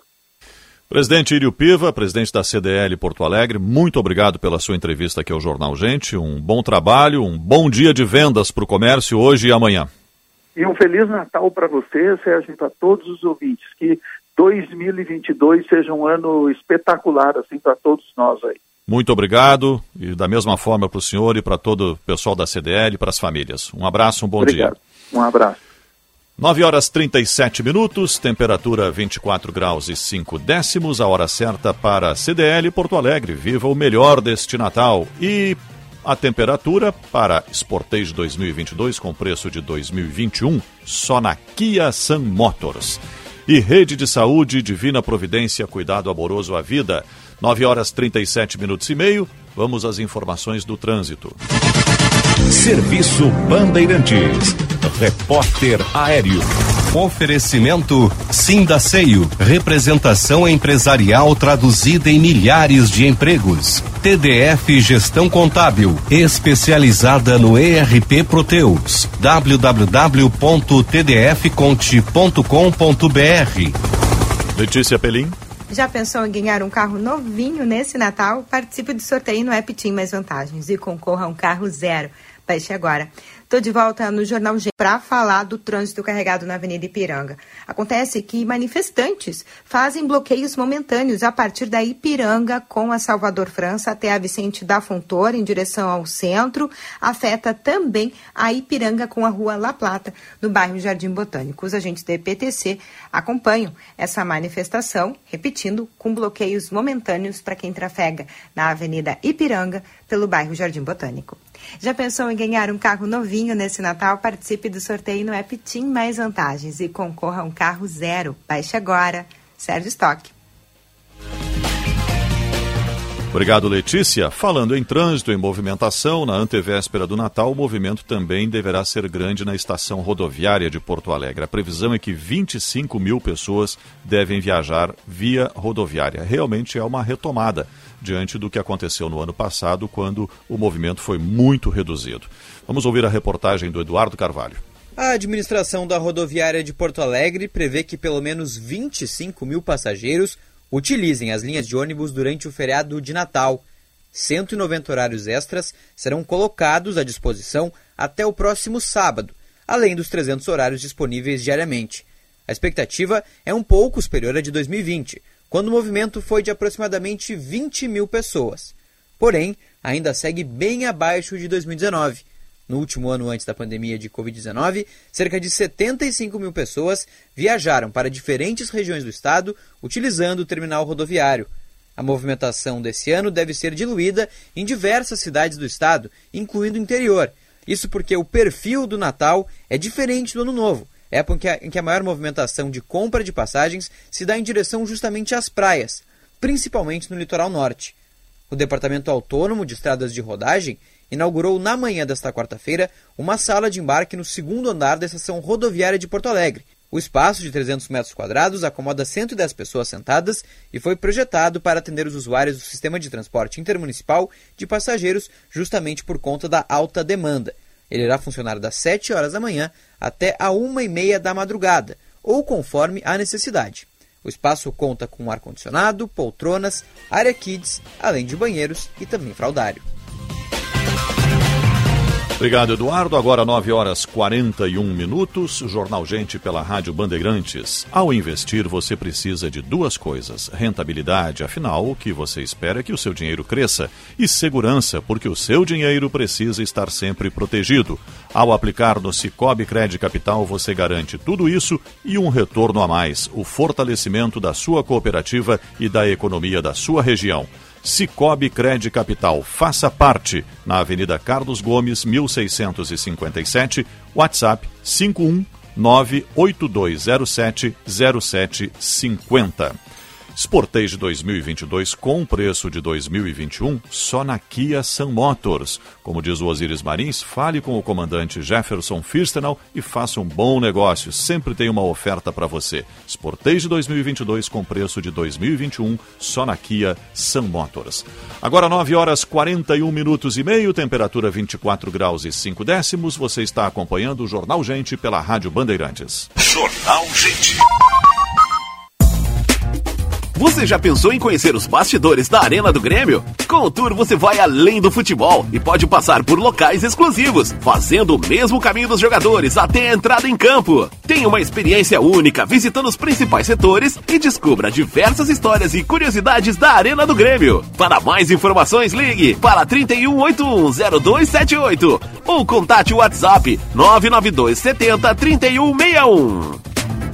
S3: Presidente Írio Piva, presidente da C D L Porto Alegre, muito obrigado pela sua entrevista aqui ao Jornal Gente. Um bom trabalho, um bom dia de vendas para o comércio hoje e amanhã.
S15: E um Feliz Natal para você, Sérgio, e para todos os ouvintes. Que dois mil e vinte e dois seja um ano espetacular, assim, para todos nós aí.
S3: Muito obrigado, e da mesma forma para o senhor e para todo o pessoal da C D L e para as famílias. Um abraço, um bom
S15: Obrigado.
S3: dia.
S15: Um abraço.
S3: nove horas e trinta e sete minutos, temperatura vinte e quatro graus e cinco décimos, a hora certa para a C D L Porto Alegre. Viva o melhor deste Natal. E a temperatura para Sportage dois mil e vinte e dois com preço de dois mil e vinte e um, só na Kia Sun Motors. E Rede de Saúde, Divina Providência, cuidado amoroso à vida. nove horas e trinta e sete minutos e meio, vamos às informações do trânsito.
S11: Serviço Bandeirantes. Repórter Aéreo.
S4: Oferecimento Sindaceio, representação empresarial traduzida em milhares de empregos. T D F Gestão Contábil, especializada no E R P Proteus. w w w ponto t d f conte ponto com ponto b r.
S3: Letícia Pelim.
S5: Já pensou em ganhar um carro novinho nesse Natal? Participe do sorteio no app Tim Mais Vantagens e concorra a um carro zero. Baixe agora. Estou de volta no Jornal G para falar do trânsito carregado na Avenida Ipiranga. Acontece que manifestantes fazem bloqueios momentâneos a partir da Ipiranga com a Salvador França até a Vicente da Fontoura em direção ao centro. Afeta também a Ipiranga com a Rua La Plata, no bairro Jardim Botânico. Os agentes da E P T C acompanham essa manifestação, repetindo, com bloqueios momentâneos para quem trafega na Avenida Ipiranga pelo bairro Jardim Botânico. Já pensou em ganhar um carro novinho nesse Natal? Participe do sorteio no app Tim Mais Vantagens e concorra a um carro zero. Baixe agora. Sérgio Stock.
S3: Obrigado, Letícia. Falando em trânsito e movimentação, na antevéspera do Natal, o movimento também deverá ser grande na estação rodoviária de Porto Alegre. A previsão é que vinte e cinco mil pessoas devem viajar via rodoviária. Realmente é uma retomada diante do que aconteceu no ano passado, quando o movimento foi muito reduzido. Vamos ouvir a reportagem do Eduardo Carvalho.
S7: A administração da rodoviária de Porto Alegre prevê que pelo menos vinte e cinco mil passageiros utilizem as linhas de ônibus durante o feriado de Natal. cento e noventa horários extras serão colocados à disposição até o próximo sábado, além dos trezentos horários disponíveis diariamente. A expectativa é um pouco superior à de dois mil e vinte, quando o movimento foi de aproximadamente vinte mil pessoas. Porém, ainda segue bem abaixo de dois mil e dezenove. No último ano antes da pandemia de covid dezenove, cerca de setenta e cinco mil pessoas viajaram para diferentes regiões do estado utilizando o terminal rodoviário. A movimentação desse ano deve ser diluída em diversas cidades do estado, incluindo o interior. Isso porque o perfil do Natal é diferente do Ano Novo, época em que a maior movimentação de compra de passagens se dá em direção justamente às praias, principalmente no litoral norte. O Departamento Autônomo de Estradas de Rodagem inaugurou na manhã desta quarta-feira uma sala de embarque no segundo andar da estação rodoviária de Porto Alegre. O espaço de trezentos metros quadrados acomoda cento e dez pessoas sentadas e foi projetado para atender os usuários do sistema de transporte intermunicipal de passageiros justamente por conta da alta demanda. Ele irá funcionar das sete horas da manhã até a uma e meia da madrugada, ou conforme a necessidade. O espaço conta com ar-condicionado, poltronas, área kids, além de banheiros e também fraldário.
S3: Obrigado, Eduardo. Agora nove horas e quarenta e um minutos. Jornal Gente pela Rádio Bandeirantes. Ao investir, você precisa de duas coisas. Rentabilidade, afinal, o que você espera é que o seu dinheiro cresça. E segurança, porque o seu dinheiro precisa estar sempre protegido. Ao aplicar no Sicoob Crédito Capital, você garante tudo isso e um retorno a mais. O fortalecimento da sua cooperativa e da economia da sua região. Sicoob Crédito Capital, faça parte, na Avenida Carlos Gomes, mil seiscentos e cinquenta e sete, WhatsApp cinco um nove oito dois zero sete zero sete cinco zero. Sportage dois mil e vinte e dois com preço de dois mil e vinte e um só na Kia Sun Motors. Como diz o Osiris Marins, fale com o comandante Jefferson Firstenau e faça um bom negócio. Sempre tem uma oferta para você. Sportage dois mil e vinte e dois com preço de dois mil e vinte e um só na Kia Sun Motors. Agora nove horas e quarenta e um minutos e meio, temperatura vinte e quatro graus e cinco décimos. Você está acompanhando o Jornal Gente pela Rádio Bandeirantes.
S1: Jornal Gente.
S14: Você já pensou em conhecer os bastidores da Arena do Grêmio? Com o Tour você vai além do futebol e pode passar por locais exclusivos, fazendo o mesmo caminho dos jogadores até a entrada em campo. Tenha uma experiência única visitando os principais setores e descubra diversas histórias e curiosidades da Arena do Grêmio. Para mais informações, ligue para trinta e um oitenta e um zero dois sete oito ou contate o WhatsApp nove nove dois sete zero três um seis um.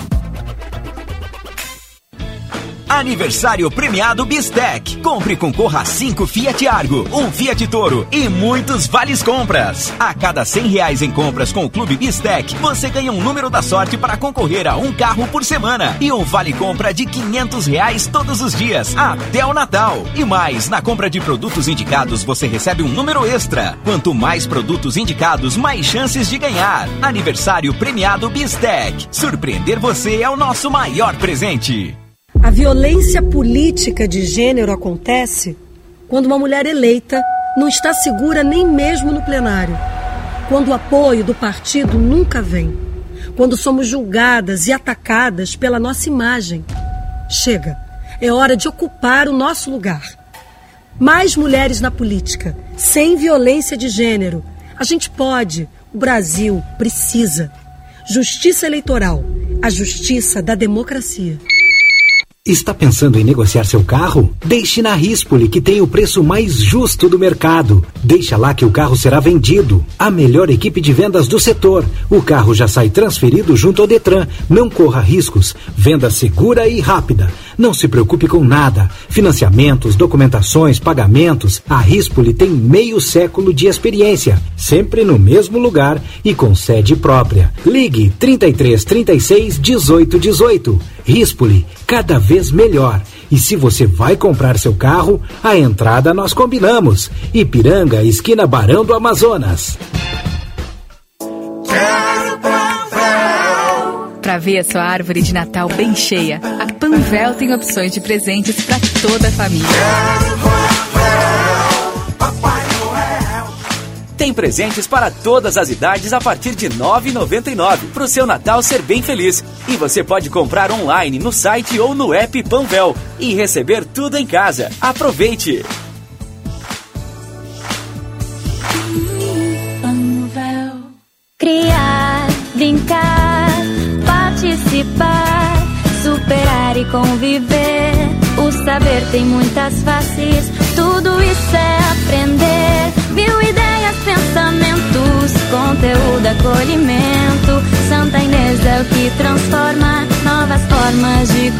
S16: Aniversário premiado Bistec. Compre e concorra a cinco Fiat Argo, um Fiat Toro e muitos vales compras. A cada cem reais em compras com o Clube Bistec, você ganha um número da sorte para concorrer a um carro por semana e um vale compra de quinhentos reais todos os dias, até o Natal. E mais, na compra de produtos indicados, você recebe um número extra. Quanto mais produtos indicados, mais chances de ganhar. Aniversário premiado Bistec. Surpreender você é o nosso maior presente.
S17: A violência política de gênero acontece quando uma mulher eleita não está segura nem mesmo no plenário, quando o apoio do partido nunca vem, quando somos julgadas e atacadas pela nossa imagem. Chega, é hora de ocupar o nosso lugar. Mais mulheres na política, sem violência de gênero. A gente pode, o Brasil precisa. Justiça eleitoral, a justiça da democracia.
S18: Está pensando em negociar seu carro? Deixe na Rispoli, que tem o preço mais justo do mercado. Deixa lá que o carro será vendido. A melhor equipe de vendas do setor. O carro já sai transferido junto ao Detran. Não corra riscos. Venda segura e rápida. Não se preocupe com nada. Financiamentos, documentações, pagamentos. A Rispoli tem meio século de experiência. Sempre no mesmo lugar e com sede própria. Ligue trinta e três, trinta e seis, dezoito, dezoito. Rispoli, cada vez melhor. E se você vai comprar seu carro, a entrada nós combinamos. Ipiranga, esquina Barão do Amazonas.
S19: Para ver a sua árvore de Natal bem cheia, a Panvel tem opções de presentes para toda a família.
S16: Tem presentes para todas as idades a partir de nove reais e noventa e nove centavos para o seu Natal ser bem feliz. E você pode comprar online no site ou no app Panvel e receber tudo em casa. Aproveite!
S20: Criar, brincar, participar, superar e conviver. O saber tem muitas faces, tudo isso é aprender. Mil ideias, pensamentos, conteúdo, acolhimento. Santa Inês é o que transforma novas formas de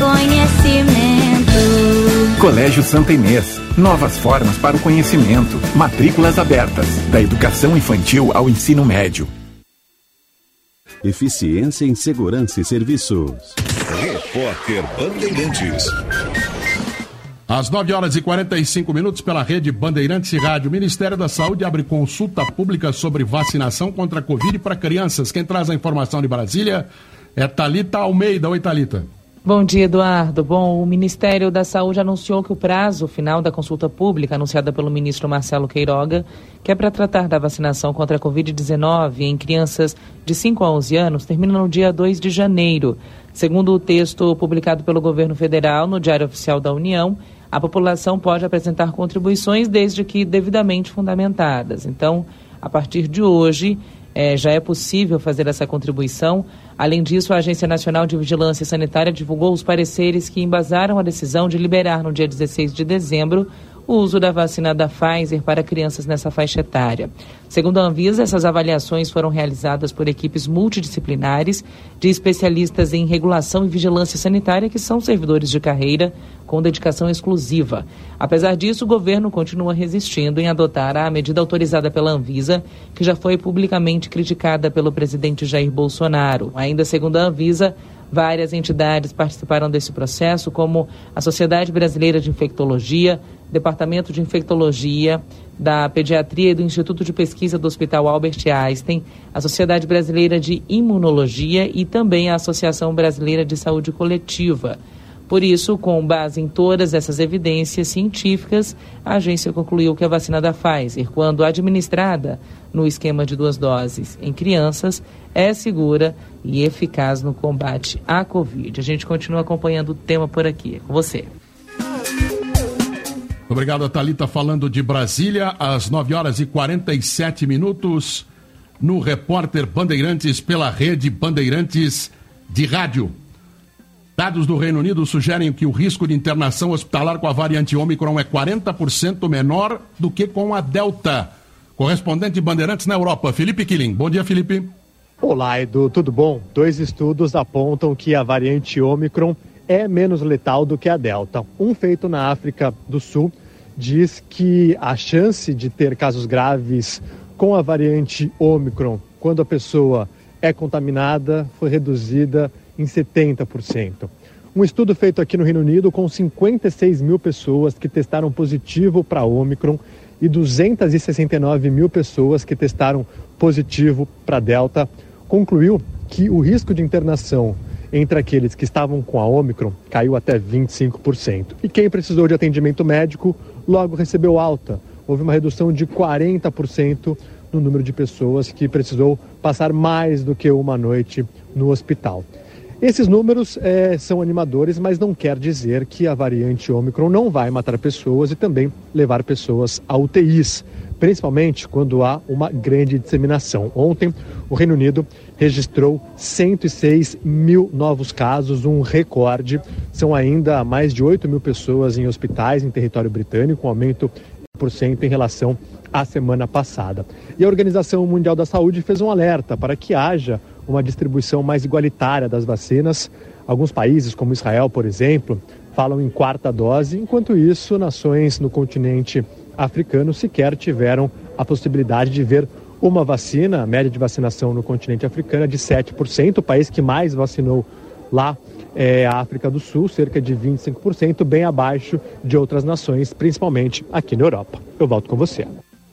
S20: conhecimento.
S21: Colégio Santa Inês, novas formas para o conhecimento. Matrículas abertas, da educação infantil ao ensino médio.
S22: Eficiência em Segurança e Serviços.
S1: Repórter Bandeirantes.
S23: Às nove horas e quarenta e cinco minutos, pela rede Bandeirantes e Rádio, o Ministério da Saúde abre consulta pública sobre vacinação contra a Covid para crianças. Quem traz a informação de Brasília é Thalita Almeida. Oi, Thalita.
S24: Bom dia, Eduardo. Bom, o Ministério da Saúde anunciou que o prazo final da consulta pública, anunciada pelo ministro Marcelo Queiroga, que é para tratar da vacinação contra a covid dezenove em crianças de cinco a onze anos, termina no dia dois de janeiro. Segundo o texto publicado pelo governo federal no Diário Oficial da União, a população pode apresentar contribuições desde que devidamente fundamentadas. Então, a partir de hoje, é, já é possível fazer essa contribuição. Além disso, a Agência Nacional de Vigilância Sanitária divulgou os pareceres que embasaram a decisão de liberar no dia dezesseis de dezembro o uso da vacina da Pfizer para crianças nessa faixa etária. Segundo a Anvisa, essas avaliações foram realizadas por equipes multidisciplinares de especialistas em regulação e vigilância sanitária, que são servidores de carreira com dedicação exclusiva. Apesar disso, o governo continua resistindo em adotar a medida autorizada pela Anvisa, que já foi publicamente criticada pelo presidente Jair Bolsonaro. Ainda segundo a Anvisa, várias entidades participaram desse processo, como a Sociedade Brasileira de Infectologia, Departamento de Infectologia, da Pediatria e do Instituto de Pesquisa do Hospital Albert Einstein, a Sociedade Brasileira de Imunologia e também a Associação Brasileira de Saúde Coletiva. Por isso, com base em todas essas evidências científicas, a agência concluiu que a vacina da Pfizer, quando administrada no esquema de duas doses em crianças, é segura e eficaz no combate à Covid. A gente continua acompanhando o tema por aqui. É com você.
S23: Obrigado, Thalita, falando de Brasília, às nove horas e quarenta e sete minutos, no Repórter Bandeirantes, pela rede Bandeirantes de Rádio. Dados do Reino Unido sugerem que o risco de internação hospitalar com a variante Ômicron é quarenta por cento menor do que com a Delta. Correspondente Bandeirantes na Europa, Felipe Killing. Bom dia, Felipe.
S25: Olá, Edu, tudo bom? Dois estudos apontam que a variante Ômicron é menos letal do que a Delta. Um feito na África do Sul diz que a chance de ter casos graves com a variante Ômicron, quando a pessoa é contaminada, foi reduzida em setenta por cento. Um estudo feito aqui no Reino Unido com cinquenta e seis mil pessoas que testaram positivo para Ômicron e duzentas e sessenta e nove mil pessoas que testaram positivo para Delta, concluiu que o risco de internação entre aqueles que estavam com a Ômicron caiu até vinte e cinco por cento. E quem precisou de atendimento médico logo recebeu alta. Houve uma redução de quarenta por cento no número de pessoas que precisou passar mais do que uma noite no hospital. Esses números é, são animadores, mas não quer dizer que a variante Ômicron não vai matar pessoas e também levar pessoas a U T Is, principalmente quando há uma grande disseminação. Ontem, o Reino Unido registrou cento e seis mil novos casos, um recorde. São ainda mais de oito mil pessoas em hospitais em território britânico, um aumento de cem por cento em relação à semana passada. E a Organização Mundial da Saúde fez um alerta para que haja uma distribuição mais igualitária das vacinas. Alguns países, como Israel, por exemplo, falam em quarta dose, enquanto isso, nações no continente africano sequer tiveram a possibilidade de ver uma vacina. A média de vacinação no continente africano é de sete por cento, o país que mais vacinou lá é a África do Sul, cerca de vinte e cinco por cento, bem abaixo de outras nações, principalmente aqui na Europa. Eu volto com você.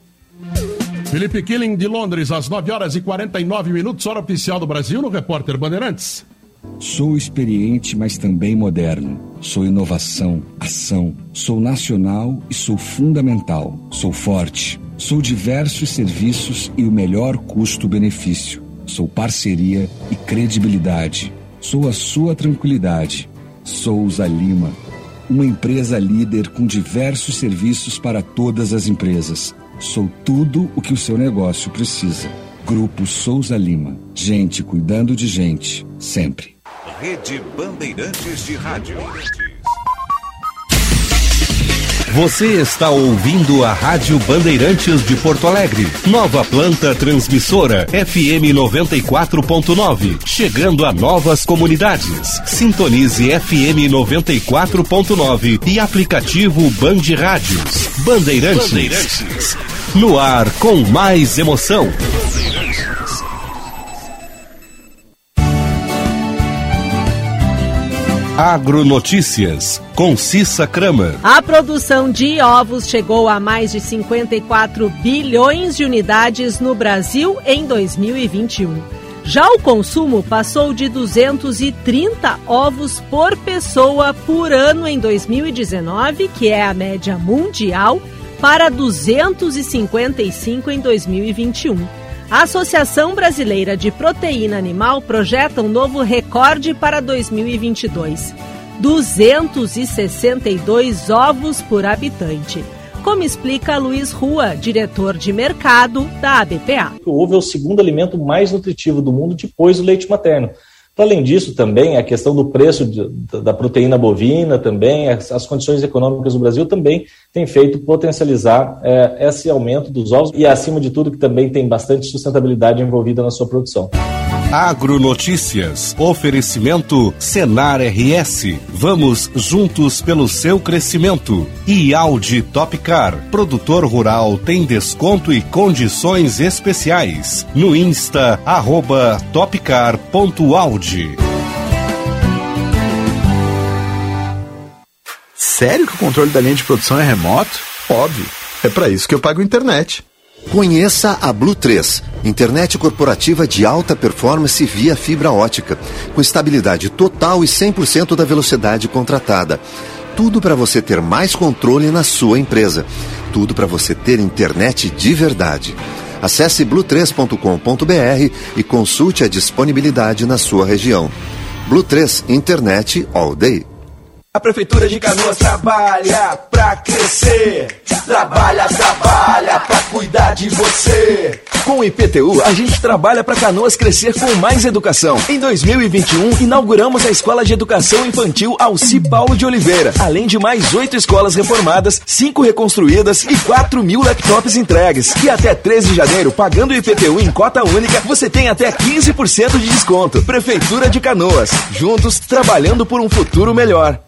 S23: Felipe Killing, de Londres, às nove horas e quarenta e nove minutos, hora oficial do Brasil, no Repórter Bandeirantes.
S26: Sou experiente, mas também moderno. Sou inovação, ação. Sou nacional e sou fundamental. Sou forte. Sou diversos serviços e o melhor custo-benefício. Sou parceria e credibilidade. Sou a sua tranquilidade. Souza Lima, uma empresa líder com diversos serviços para todas as empresas. Sou tudo o que o seu negócio precisa. Grupo Souza Lima. Gente cuidando de gente, sempre.
S1: Rede Bandeirantes de Rádio.
S4: Você está ouvindo a Rádio Bandeirantes de Porto Alegre. Nova planta transmissora F M noventa e quatro ponto nove. Chegando a novas comunidades. Sintonize F M noventa e quatro ponto nove e aplicativo Band Rádios. Bandeirantes. Bandeirantes. No ar com mais emoção. Agronotícias, com Cissa Kramer.
S2: A produção de ovos chegou a mais de cinquenta e quatro bilhões de unidades no Brasil em dois mil e vinte e um. Já o consumo passou de duzentos e trinta ovos por pessoa por ano em dois mil e dezenove, que é a média mundial, para duzentos e cinquenta e cinco em dois mil e vinte e um. A Associação Brasileira de Proteína Animal projeta um novo recorde para dois mil e vinte e dois. duzentos e sessenta e dois ovos por habitante. Como explica Luiz Rua, diretor de mercado da A B P A.
S6: O ovo é o segundo alimento mais nutritivo do mundo depois do leite materno. Além disso, também a questão do preço de, da proteína bovina, também as, as condições econômicas do Brasil também tem feito potencializar é, esse aumento dos ovos e, acima de tudo, que também tem bastante sustentabilidade envolvida na sua produção.
S4: Agronotícias. Oferecimento Senar R S. Vamos juntos pelo seu crescimento. E Audi Topcar. Produtor rural tem desconto e condições especiais. No Insta, arroba topcar ponto audi.
S8: Sério que o controle da linha de produção é remoto? Óbvio. É para isso que eu pago internet.
S9: Conheça a Blue três, internet corporativa de alta performance via fibra ótica, com estabilidade total e cem por cento da velocidade contratada. Tudo para você ter mais controle na sua empresa. Tudo para você ter internet de verdade. Acesse blue três ponto com ponto b r e consulte a disponibilidade na sua região. Blue três, internet all day.
S10: A Prefeitura de Canoas trabalha pra crescer. Trabalha, trabalha pra cuidar de você. Com o I P T U, a gente trabalha para Canoas crescer com mais educação. Em dois mil e vinte e um, inauguramos a Escola de Educação Infantil Alci Paulo de Oliveira. Além de mais oito escolas reformadas, cinco reconstruídas e quatro mil laptops entregues. E até treze de janeiro, pagando o I P T U em cota única, você tem até quinze por cento de desconto. Prefeitura de Canoas. Juntos, trabalhando por um futuro melhor.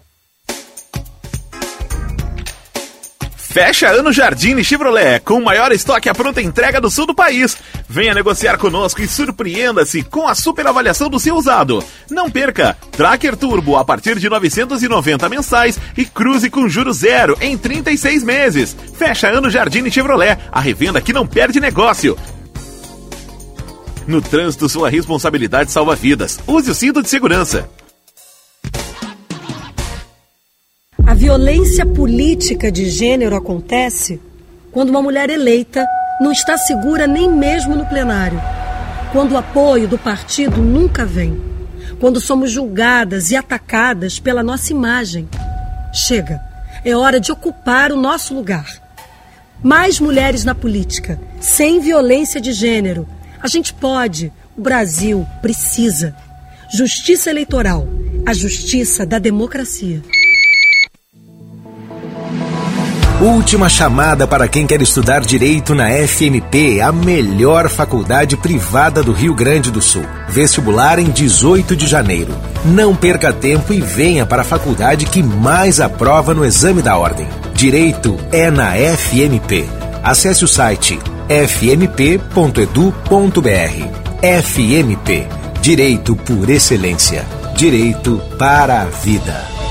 S14: Fecha ano Jardine Chevrolet, com o maior estoque à pronta entrega do sul do país. Venha negociar conosco e surpreenda-se com a super avaliação do seu usado. Não perca, Tracker Turbo a partir de novecentos e noventa mensais e Cruze com juros zero em trinta e seis meses. Fecha ano Jardine Chevrolet, a revenda que não perde negócio. No trânsito, sua responsabilidade salva vidas. Use o cinto de segurança.
S17: A violência política de gênero acontece quando uma mulher eleita não está segura nem mesmo no plenário, quando o apoio do partido nunca vem, quando somos julgadas e atacadas pela nossa imagem. Chega, é hora de ocupar o nosso lugar. Mais mulheres na política, sem violência de gênero. A gente pode, o Brasil precisa. Justiça eleitoral, a justiça da democracia.
S12: Última chamada para quem quer estudar Direito na F M P, a melhor faculdade privada do Rio Grande do Sul. Vestibular em dezoito de janeiro. Não perca tempo e venha para a faculdade que mais aprova no exame da ordem. Direito é na F M P. Acesse o site f m p ponto e d u ponto b r. F M P. Direito por excelência. Direito para a vida.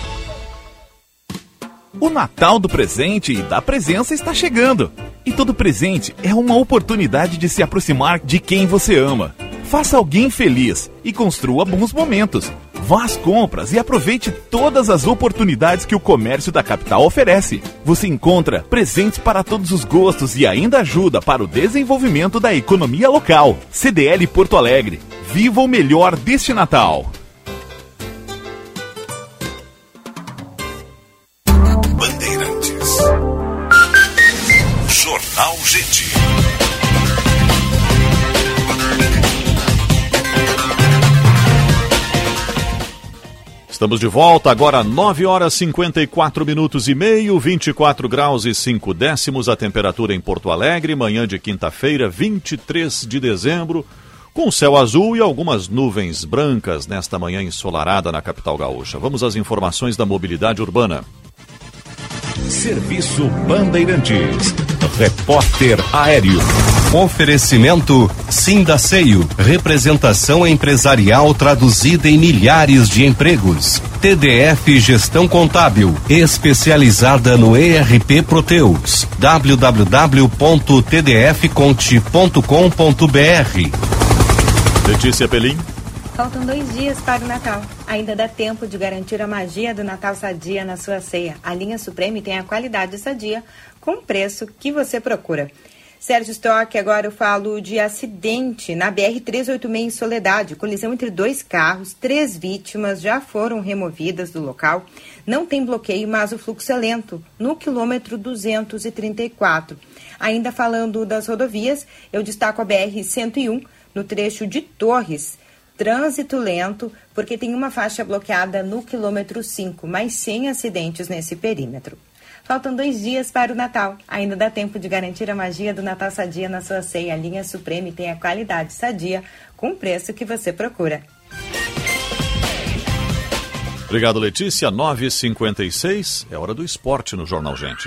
S14: O Natal do presente e da presença está chegando. E todo presente é uma oportunidade de se aproximar de quem você ama. Faça alguém feliz e construa bons momentos. Vá às compras e aproveite todas as oportunidades que o comércio da capital oferece. Você encontra presentes para todos os gostos e ainda ajuda para o desenvolvimento da economia local. C D L Porto Alegre. Viva o melhor deste Natal.
S1: Bandeirantes. Jornal Gente.
S3: Estamos de volta, agora nove horas cinquenta e quatro minutos e meio, vinte e quatro graus e cinco décimos a temperatura em Porto Alegre, manhã de quinta-feira, vinte e três de dezembro, com céu azul e algumas nuvens brancas nesta manhã ensolarada na capital gaúcha. Vamos às informações da mobilidade urbana.
S1: Serviço Bandeirantes. Repórter Aéreo.
S4: Oferecimento Sindaceio, representação empresarial traduzida em milhares de empregos. T D F Gestão Contábil, especializada no E R P Proteus. w w w ponto t d f conte ponto com ponto b r.
S3: Letícia Pelim.
S5: Faltam dois dias para o Natal. Ainda dá tempo de garantir a magia do Natal Sadia na sua ceia. A linha Supreme tem a qualidade Sadia com o preço que você procura. Sérgio Stock, agora eu falo de acidente na B R trezentos e oitenta e seis em Soledade. Colisão entre dois carros, três vítimas já foram removidas do local. Não tem bloqueio, mas o fluxo é lento, no quilômetro duzentos e trinta e quatro. Ainda falando das rodovias, eu destaco a B R cento e um no trecho de Torres. Trânsito lento, porque tem uma faixa bloqueada no quilômetro cinco, mas sem acidentes nesse perímetro. Faltam dois dias para o Natal. Ainda dá tempo de garantir a magia do Natal Sadia na sua ceia. A linha Supreme tem a qualidade Sadia com o preço que você procura.
S3: Obrigado, Letícia. nove e cinquenta e seis. É hora do esporte no Jornal Gente.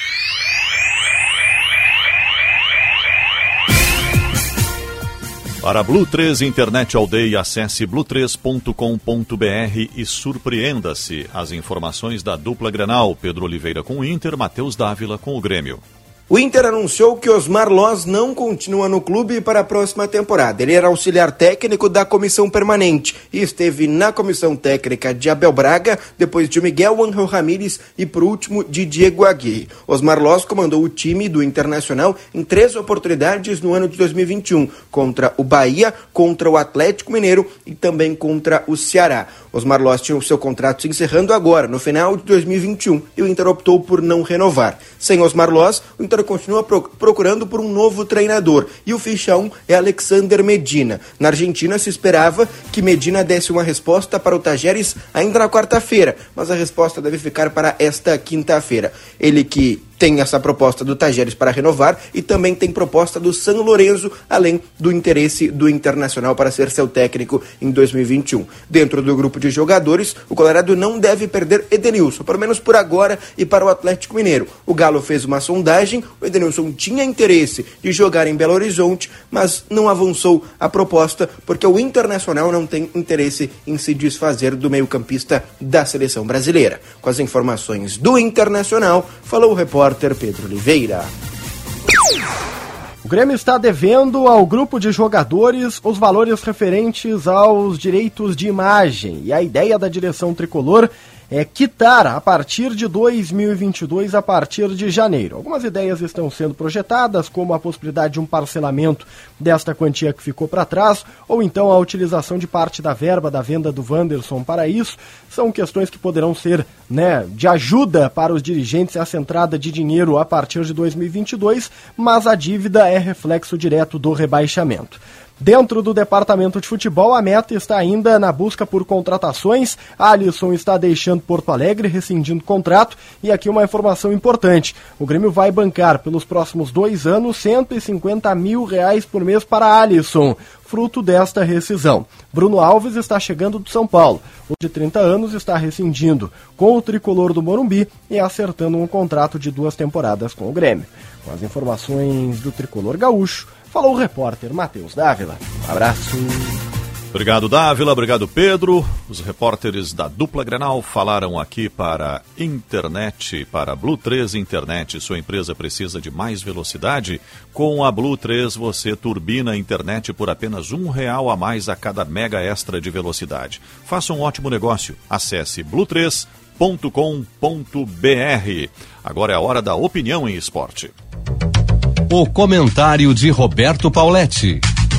S3: Para Blue três Internet Aldeia, acesse blue três ponto com ponto b r e surpreenda-se. As informações da dupla Grenal, Pedro Oliveira com o Inter, Matheus Dávila com o Grêmio.
S7: O Inter anunciou que Osmar Loz não continua no clube para a próxima temporada. Ele era auxiliar técnico da comissão permanente e esteve na comissão técnica de Abel Braga, depois de Miguel Ángel Ramírez e, por último, de Diego Aguirre. Osmar Loz comandou o time do Internacional em três oportunidades no ano de dois mil e vinte e um, contra o Bahia, contra o Atlético Mineiro e também contra o Ceará. Osmar Loz tinha o seu contrato se encerrando agora, no final de dois mil e vinte e um, e o Inter optou por não renovar. Sem Osmar Loz, o Inter continua procurando por um novo treinador, e o ficha um é Alexander Medina. Na Argentina se esperava que Medina desse uma resposta para o Tajeres ainda na quarta-feira, mas a resposta deve ficar para esta quinta-feira. Ele que tem essa proposta do Tajeres para renovar e também tem proposta do San Lorenzo, além do interesse do Internacional para ser seu técnico em dois mil e vinte e um. Dentro do grupo de jogadores, o Colorado não deve perder Edenilson, pelo menos por agora, e para o Atlético Mineiro. O Galo fez uma sondagem, o Edenilson tinha interesse de jogar em Belo Horizonte, mas não avançou a proposta porque o Internacional não tem interesse em se desfazer do meio-campista da seleção brasileira. Com as informações do Internacional, falou o repórter Pedro Oliveira.
S11: O Grêmio está devendo ao grupo de jogadores os valores referentes aos direitos de imagem, e a ideia da direção tricolor é quitar a partir de dois mil e vinte e dois, a partir de janeiro. Algumas ideias estão sendo projetadas, como a possibilidade de um parcelamento desta quantia que ficou para trás, ou então a utilização de parte da verba da venda do Wanderson para isso. São questões que poderão ser, né, de ajuda para os dirigentes, essa entrada de dinheiro a partir de dois mil e vinte e dois, mas a dívida é reflexo direto do rebaixamento. Dentro do departamento de futebol, a meta está ainda na busca por contratações. Alisson está deixando Porto Alegre, rescindindo contrato. E aqui uma informação importante: o Grêmio vai bancar pelos próximos dois anos cento e cinquenta mil reais por mês para Alisson, fruto desta rescisão. Bruno Alves está chegando do São Paulo. O de trinta anos está rescindindo com o tricolor do Morumbi e acertando um contrato de duas temporadas com o Grêmio. Com as informações do tricolor gaúcho, falou o repórter Matheus Dávila. Um abraço.
S3: Obrigado, Dávila. Obrigado, Pedro. Os repórteres da dupla Grenal falaram aqui para internet, para Blue três Internet. Sua empresa precisa de mais velocidade? Com a Blue três você turbina a internet por apenas um real a mais a cada mega extra de velocidade. Faça um ótimo negócio. Acesse blue três ponto com ponto b r. Agora é a hora da opinião em esporte.
S4: O comentário de Roberto Pauletti.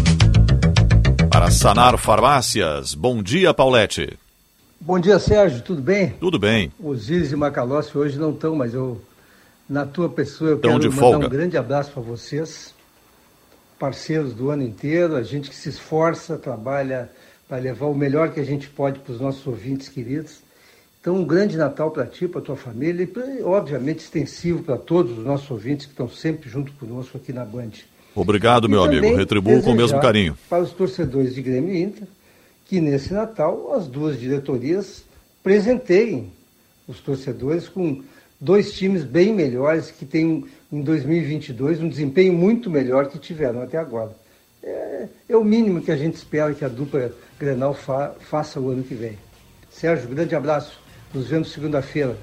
S3: Para Sanar Farmácias. Bom dia, Paulete.
S13: Bom dia, Sérgio. Tudo bem?
S3: Tudo bem.
S13: Os Iris e Macalossi hoje não estão, mas eu, na tua pessoa, eu
S3: tão
S13: quero
S3: de
S13: mandar
S3: folga.
S13: um grande abraço para vocês, parceiros do ano inteiro, a gente que se esforça, trabalha para levar o melhor que a gente pode para os nossos ouvintes queridos. Então, um grande Natal para ti, para tua família e, obviamente, extensivo para todos os nossos ouvintes que estão sempre junto conosco aqui na Band.
S3: Obrigado, meu amigo. Retribuo com o mesmo carinho.
S13: Para os torcedores de Grêmio e Inter, que nesse Natal as duas diretorias presenteiem os torcedores com dois times bem melhores que têm em dois mil e vinte e dois um desempenho muito melhor que tiveram até agora. É, é o mínimo que a gente espera que a dupla Grenal fa, faça o ano que vem. Sérgio, grande abraço. Nos vemos segunda-feira.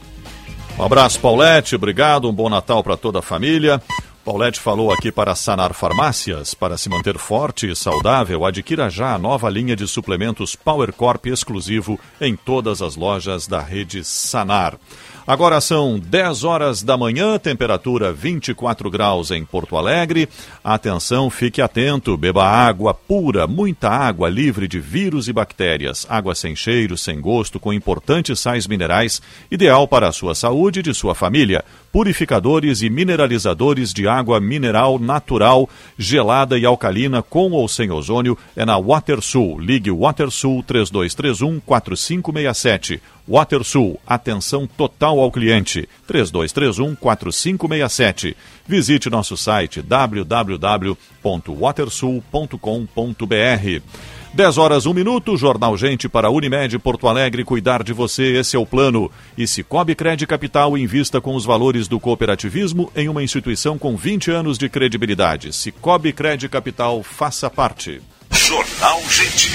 S3: Um abraço, Paulete. Obrigado. Um bom Natal para toda a família. Paulete falou aqui para Sanar Farmácias. Para se manter forte e saudável, adquira já a nova linha de suplementos Power Corp exclusivo em todas as lojas da rede Sanar. Agora são dez horas da manhã, temperatura vinte e quatro graus em Porto Alegre. Atenção, fique atento, beba água pura, muita água livre de vírus e bactérias. Água sem cheiro, sem gosto, com importantes sais minerais, ideal para a sua saúde e de sua família. Purificadores e mineralizadores de água mineral natural, gelada e alcalina, com ou sem ozônio, é na WaterSul. Ligue WaterSul três dois três um quatro cinco seis sete. WaterSul, atenção total ao cliente, três dois três um quatro cinco seis sete. Visite nosso site w w w ponto watersul ponto com ponto b r. dez horas, um minuto, Jornal Gente para Unimed Porto Alegre, cuidar de você, esse é o plano. E Cicobi Crédito Capital, invista com os valores do cooperativismo em uma instituição com vinte anos de credibilidade. Cicobi Crédito Capital, faça parte.
S1: Jornal Gente.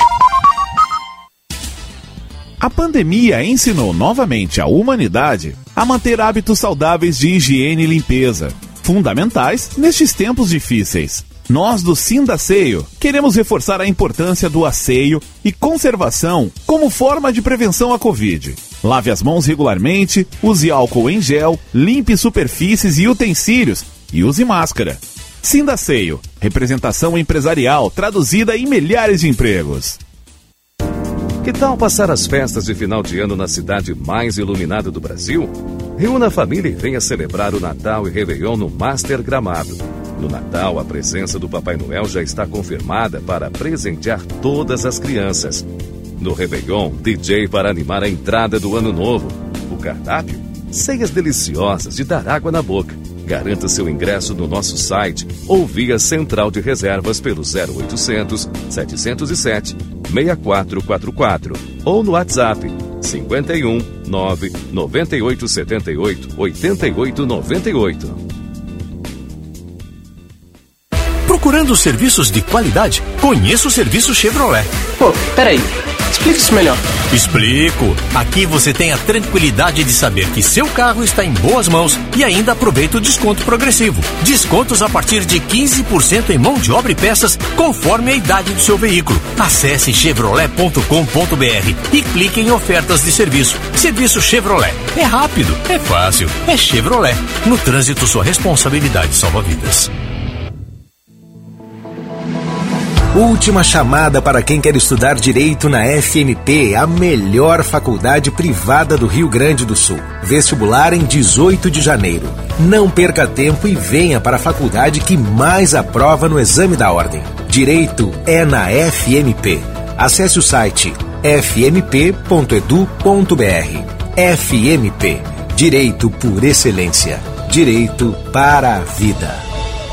S14: A pandemia ensinou novamente a humanidade a manter hábitos saudáveis de higiene e limpeza, fundamentais nestes tempos difíceis. Nós do Sindaceio queremos reforçar a importância do asseio e conservação como forma de prevenção à Covid. Lave as mãos regularmente, use álcool em gel, limpe superfícies e utensílios e use máscara. Sindaceio, representação empresarial traduzida em milhares de empregos.
S15: Que tal passar as festas de final de ano na cidade mais iluminada do Brasil? Reúna a família e venha celebrar o Natal e Réveillon no Master Gramado. No Natal, a presença do Papai Noel já está confirmada para presentear todas as crianças. No Réveillon, D J para animar a entrada do Ano Novo. O cardápio? Ceias deliciosas de dar água na boca. Garanta seu ingresso no nosso site ou via Central de Reservas pelo zero oitocentos, setecentos e sete, seis quatro quatro quatro ou no WhatsApp cinquenta e um, nove, noventa e oito, setenta e oito, oitenta e oito, noventa e oito.
S16: Procurando serviços de qualidade? Conheça o serviço Chevrolet. Pô, peraí. Explica isso melhor. Explico. Aqui você tem a tranquilidade de saber que seu carro está em boas mãos e ainda aproveita o desconto progressivo. Descontos a partir de quinze por cento em mão de obra e peças, conforme a idade do seu veículo. Acesse chevrolet ponto com ponto b r e clique em ofertas de serviço. Serviço Chevrolet. É rápido, é fácil, é Chevrolet. No trânsito, sua responsabilidade salva vidas.
S12: Última chamada para quem quer estudar Direito na F M P, a melhor faculdade privada do Rio Grande do Sul. Vestibular em dezoito de janeiro. Não perca tempo e venha para a faculdade que mais aprova no exame da ordem. Direito é na F M P. Acesse o site f m p ponto e d u ponto b r. F M P. Direito por excelência. Direito para a vida.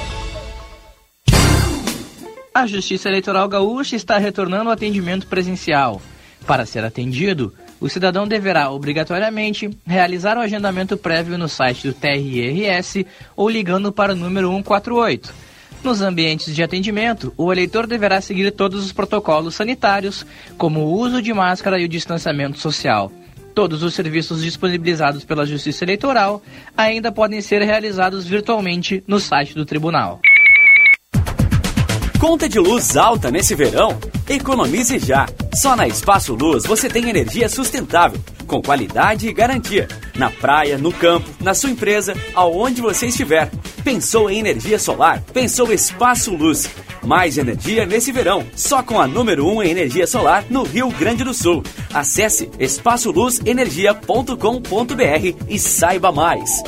S18: A Justiça Eleitoral Gaúcha está retornando ao atendimento presencial. Para ser atendido, o cidadão deverá obrigatoriamente realizar o agendamento prévio no site do T R R S ou ligando para o número cento e quarenta e oito. Nos ambientes de atendimento, o eleitor deverá seguir todos os protocolos sanitários, como o uso de máscara e o distanciamento social. Todos os serviços disponibilizados pela Justiça Eleitoral ainda podem ser realizados virtualmente no site do Tribunal.
S19: Conta de luz alta nesse verão? Economize já! Só na Espaço Luz você tem energia sustentável, com qualidade e garantia. Na praia, no campo, na sua empresa, aonde você estiver. Pensou em energia solar? Pensou Espaço Luz. Mais energia nesse verão, só com a número um em energia solar no Rio Grande do Sul. Acesse espaço luz energia ponto com ponto b r e saiba mais.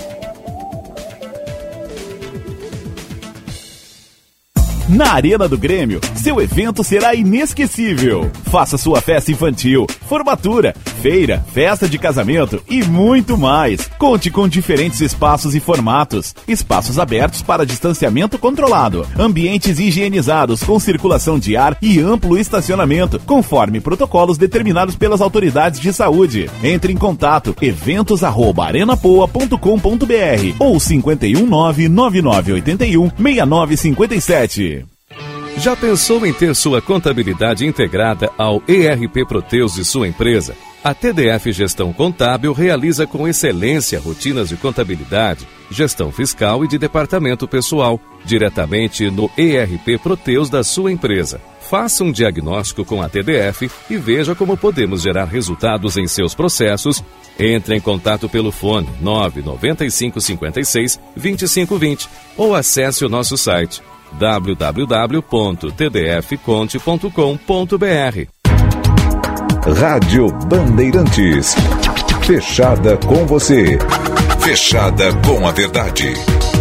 S20: Na Arena do Grêmio, seu evento será inesquecível. Faça sua festa infantil, formatura, feira, festa de casamento e muito mais. Conte com diferentes espaços e formatos. Espaços abertos para distanciamento controlado. Ambientes higienizados com circulação de ar e amplo estacionamento, conforme protocolos determinados pelas autoridades de saúde. Entre em contato eventos arroba arenapoa ponto com ponto b r ou cinco um nove, nove nove oito um, seis nove cinco sete.
S15: Já pensou em ter sua contabilidade integrada ao E R P Proteus de sua empresa? A T D F Gestão Contábil realiza com excelência rotinas de contabilidade, gestão fiscal e de departamento pessoal, diretamente no E R P Proteus da sua empresa. Faça um diagnóstico com a T D F e veja como podemos gerar resultados em seus processos. Entre em contato pelo fone nove nove cinco cinco seis, dois cinco dois zero ou acesse o nosso site w w w ponto t d f conte ponto com ponto b r.
S21: Rádio Bandeirantes. Fechada com você.
S1: Fechada com a verdade.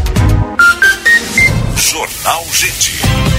S1: Jornal Gente.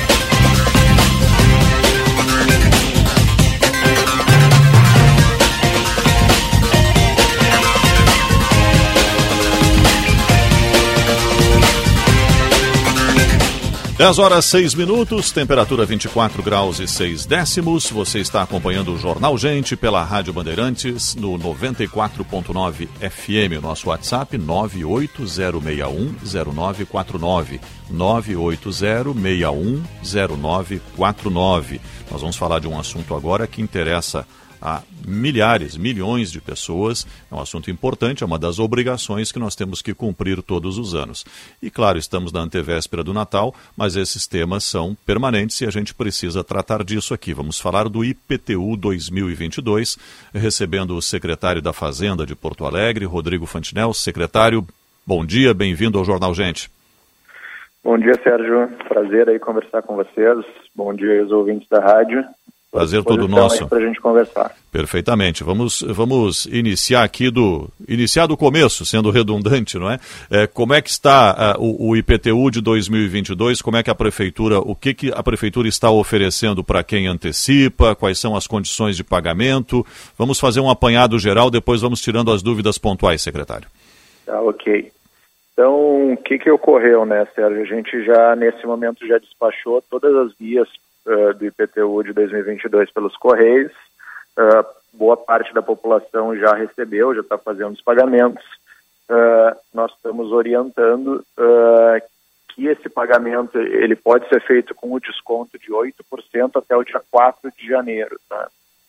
S3: dez horas seis minutos, temperatura vinte e quatro graus e seis décimos. Você está acompanhando o Jornal Gente pela Rádio Bandeirantes no noventa e quatro ponto nove F M. O nosso WhatsApp nove oito zero seis um zero nove quatro nove. nove oito zero seis um zero nove quatro nove. Nós vamos falar de um assunto agora que interessa a milhares, milhões de pessoas. É um assunto importante, é uma das obrigações que nós temos que cumprir todos os anos. E claro, estamos na antevéspera do Natal, mas esses temas são permanentes e a gente precisa tratar disso aqui. Vamos falar do I P T U dois mil e vinte e dois, recebendo o secretário da Fazenda de Porto Alegre, Rodrigo Fantinel. Secretário, bom dia, bem-vindo ao Jornal Gente.
S22: Bom dia, Sérgio. Prazer aí conversar com vocês. Bom dia aos ouvintes da rádio.
S3: Prazer todo nosso.
S22: Para a gente conversar.
S3: Perfeitamente. Vamos, vamos iniciar aqui do iniciar do começo, sendo redundante, não é? é como é que está uh, o, o I P T U de dois mil e vinte e dois? Como é que a prefeitura, o que, que a prefeitura está oferecendo para quem antecipa? Quais são as condições de pagamento? Vamos fazer um apanhado geral, depois vamos tirando as dúvidas pontuais, secretário.
S22: Tá, ok. Então, o que, que ocorreu, né, Sérgio? A gente já, nesse momento, já despachou todas as guias Uh, do I P T U de dois mil e vinte e dois pelos Correios. Uh, boa parte da população já recebeu, já está fazendo os pagamentos. Uh, nós estamos orientando uh, que esse pagamento ele pode ser feito com o desconto de oito por cento até o dia quatro de janeiro. Tá?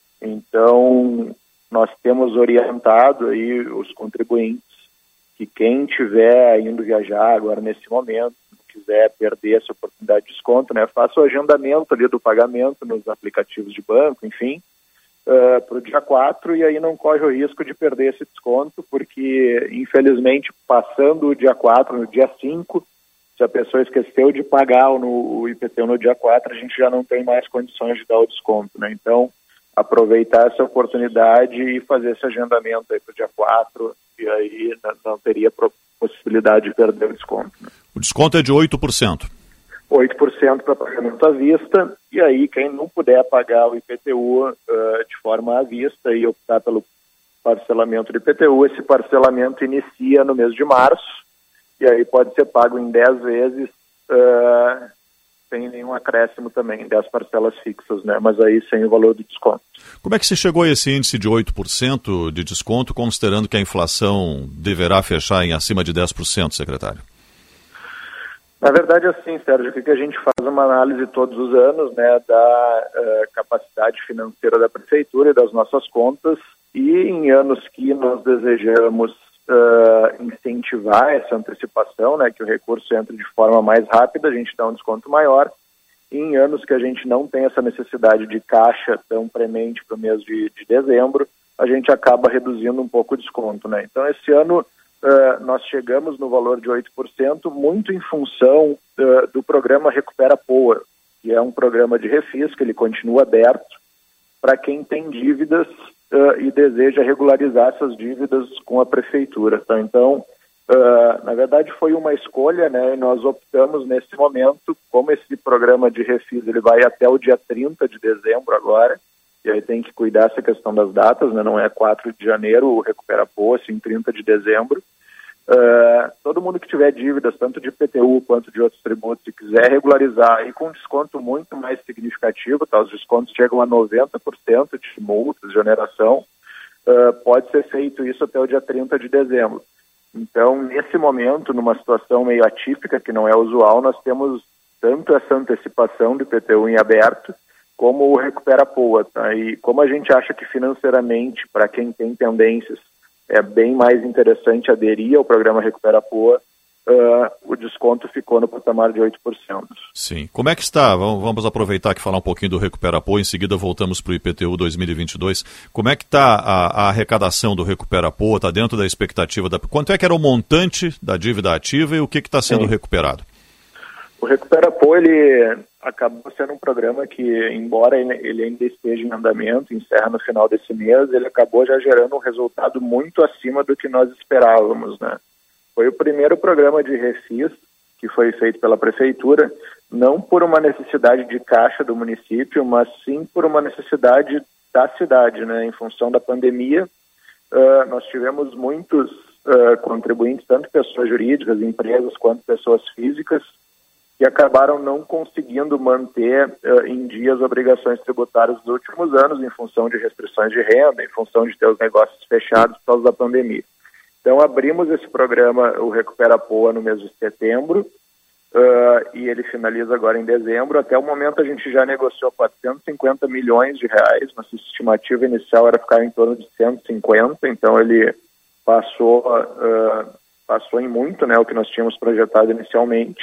S22: Então, nós temos orientado aí os contribuintes que quem tiver indo viajar agora nesse momento, quiser perder essa oportunidade de desconto, né, faça o agendamento ali do pagamento nos aplicativos de banco, enfim, uh, para o dia quatro, e aí não corre o risco de perder esse desconto, porque, infelizmente, passando o dia quatro, no dia cinco, se a pessoa esqueceu de pagar no, o I P T U no dia quatro, a gente já não tem mais condições de dar o desconto, né, então, aproveitar essa oportunidade e fazer esse agendamento aí para o dia quatro, e aí não, não teria possibilidade de perder o desconto, né.
S3: O desconto é de oito por cento.
S22: oito por cento para pagamento à vista, e aí quem não puder pagar o I P T U uh, de forma à vista e optar pelo parcelamento do I P T U, esse parcelamento inicia no mês de março, e aí pode ser pago em dez vezes, uh, sem nenhum acréscimo também, dez parcelas fixas, né? Mas aí sem o valor do desconto.
S3: Como é que se chegou a esse índice de oito por cento de desconto, considerando que a inflação deverá fechar em acima de dez por cento, secretário?
S22: Na verdade, assim, Sérgio, o que a gente faz uma análise todos os anos, né, da uh, capacidade financeira da Prefeitura e das nossas contas, e em anos que nós desejamos uh, incentivar essa antecipação, né, que o recurso entre de forma mais rápida, a gente dá um desconto maior. E em anos que a gente não tem essa necessidade de caixa tão premente para o mês de, de dezembro, a gente acaba reduzindo um pouco o desconto, né? Então, esse ano uh, nós chegamos no valor de oito por cento, muito em função uh, do programa Recupera Poa, que é um programa de refis, que ele continua aberto para quem tem dívidas uh, e deseja regularizar essas dívidas com a Prefeitura, tá? Então, Uh, na verdade foi uma escolha, né, e nós optamos nesse momento, como esse programa de refis ele vai até o dia trinta de dezembro agora, e aí tem que cuidar essa questão das datas, né, não é quatro de janeiro o Recupera Poa, sim trinta de dezembro. Uh, todo mundo que tiver dívidas, tanto de I P T U quanto de outros tributos, e quiser regularizar, e com desconto muito mais significativo, tá, os descontos chegam a noventa por cento de multas, de oneração, uh, pode ser feito isso até o dia trinta de dezembro. Então, nesse momento, numa situação meio atípica, que não é usual, nós temos tanto essa antecipação do I P T U em aberto, como o Recupera Poa, tá? E como a gente acha que financeiramente, para quem tem pendências, é bem mais interessante aderir ao programa Recupera Poa, uh, o desconto ficou no patamar de oito por cento.
S3: Sim. Como é que está? Vamos aproveitar aqui e falar um pouquinho do Recupera Poa, em seguida voltamos para o I P T U dois mil e vinte e dois. Como é que está a, a arrecadação do Recupera Poa? Está dentro da expectativa? Da... Quanto é que era o montante da dívida ativa e o que está sendo Sim. recuperado?
S22: O Recupera Poa, ele acabou sendo um programa que, embora ele ainda esteja em andamento, encerra no final desse mês, ele acabou já gerando um resultado muito acima do que nós esperávamos, né? Foi o primeiro programa de refis que foi feito pela Prefeitura, não por uma necessidade de caixa do município, mas sim por uma necessidade da cidade, né? Em função da pandemia, uh, nós tivemos muitos uh, contribuintes, tanto pessoas jurídicas, empresas, quanto pessoas físicas, que acabaram não conseguindo manter uh, em dia as obrigações tributárias dos últimos anos, em função de restrições de renda, em função de ter os negócios fechados por causa da pandemia. Então, abrimos esse programa, o Recupera Poa, no mês de setembro, uh, e ele finaliza agora em dezembro. Até o momento, a gente já negociou quatrocentos e cinquenta milhões de reais. Nossa estimativa inicial era ficar em torno de cento e cinquenta, então ele passou, uh, passou em muito, né, o que nós tínhamos projetado inicialmente,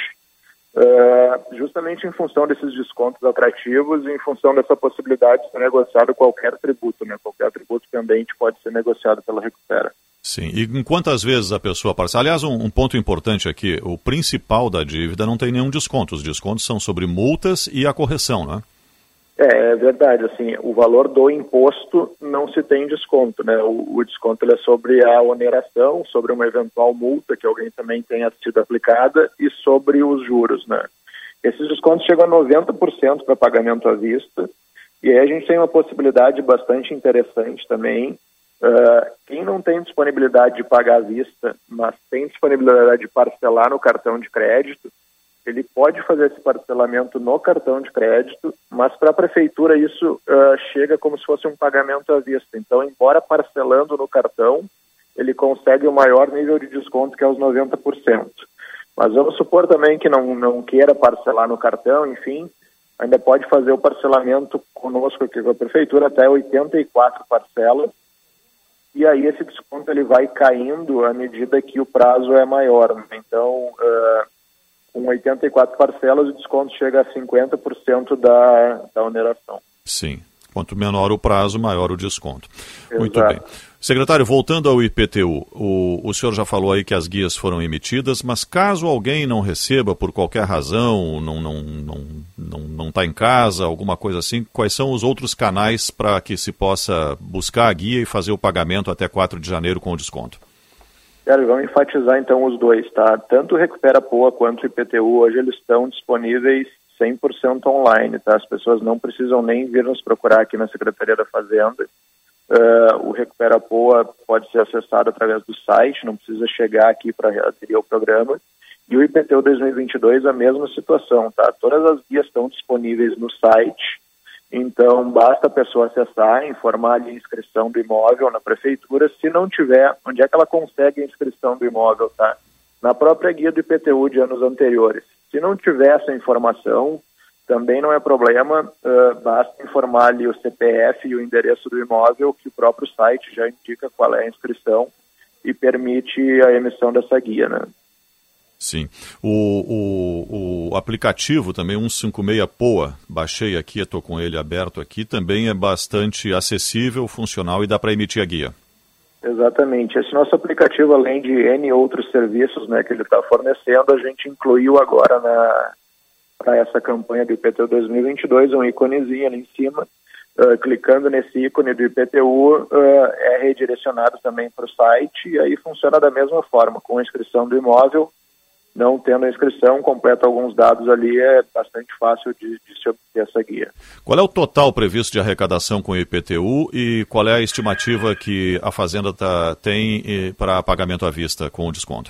S22: uh, justamente em função desses descontos atrativos e em função dessa possibilidade de ser negociado qualquer tributo, né, qualquer tributo pendente pode ser negociado pela Recupera.
S3: Sim, e em quantas vezes a pessoa parcela? Aliás, um, um ponto importante aqui, o principal da dívida não tem nenhum desconto, os descontos são sobre multas e a correção, né?
S22: É, é verdade, assim, o valor do imposto não se tem desconto, né? O, o desconto ele é sobre a oneração, sobre uma eventual multa que alguém também tenha sido aplicada e sobre os juros, né? Esses descontos chegam a noventa por cento para pagamento à vista, e aí a gente tem uma possibilidade bastante interessante também. Uh, quem não tem disponibilidade de pagar à vista, mas tem disponibilidade de parcelar no cartão de crédito, ele pode fazer esse parcelamento no cartão de crédito, mas para a Prefeitura isso uh, chega como se fosse um pagamento à vista. Então, embora parcelando no cartão, ele consegue o maior nível de desconto, que é os noventa por cento. Mas vamos supor também que não, não queira parcelar no cartão, enfim, ainda pode fazer o parcelamento conosco aqui com a Prefeitura até oitenta e quatro parcelas, e aí esse desconto ele vai caindo à medida que o prazo é maior, né? Então, uh, com oitenta e quatro parcelas, o desconto chega a cinquenta por cento da, da oneração.
S3: Sim, quanto menor o prazo, maior o desconto. Exato. Muito bem. Secretário, voltando ao I P T U, o, o senhor já falou aí que as guias foram emitidas, mas caso alguém não receba por qualquer razão, não não não não não está em casa, alguma coisa assim, quais são os outros canais para que se possa buscar a guia e fazer o pagamento até quatro de janeiro com o desconto?
S22: Sério, vamos enfatizar então os dois, tá? Tanto o Recupera Poa quanto o I P T U, hoje eles estão disponíveis cem por cento online, tá? As pessoas não precisam nem vir nos procurar aqui na Secretaria da Fazenda. Uh, o Recupera Poa pode ser acessado através do site, não precisa chegar aqui para aderir ao programa. E o I P T U dois mil e vinte e dois, a mesma situação, tá? Todas as guias estão disponíveis no site, então basta a pessoa acessar, informar ali a inscrição do imóvel na Prefeitura. Se não tiver, onde é que ela consegue a inscrição do imóvel, tá? Na própria guia do I P T U de anos anteriores. Se não tiver essa informação, também não é problema, uh, basta informar ali o C P F e o endereço do imóvel, que o próprio site já indica qual é a inscrição e permite a emissão dessa guia, né?
S3: Sim. O, o, o aplicativo também, cento e cinquenta e seis P O A, baixei aqui, estou com ele aberto aqui, também é bastante acessível, funcional e dá para emitir a guia.
S22: Exatamente. Esse nosso aplicativo, além de N outros serviços, né, que ele está fornecendo, a gente incluiu agora na para essa campanha do I P T U dois mil e vinte e dois, um íconezinho ali em cima. Uh, clicando nesse ícone do I P T U, uh, é redirecionado também para o site, e aí funciona da mesma forma, com a inscrição do imóvel. Não tendo a inscrição, completa alguns dados ali, é bastante fácil de, de se obter essa guia.
S3: Qual é o total previsto de arrecadação com o I P T U e qual é a estimativa que a Fazenda tá, tem para pagamento à vista com o desconto?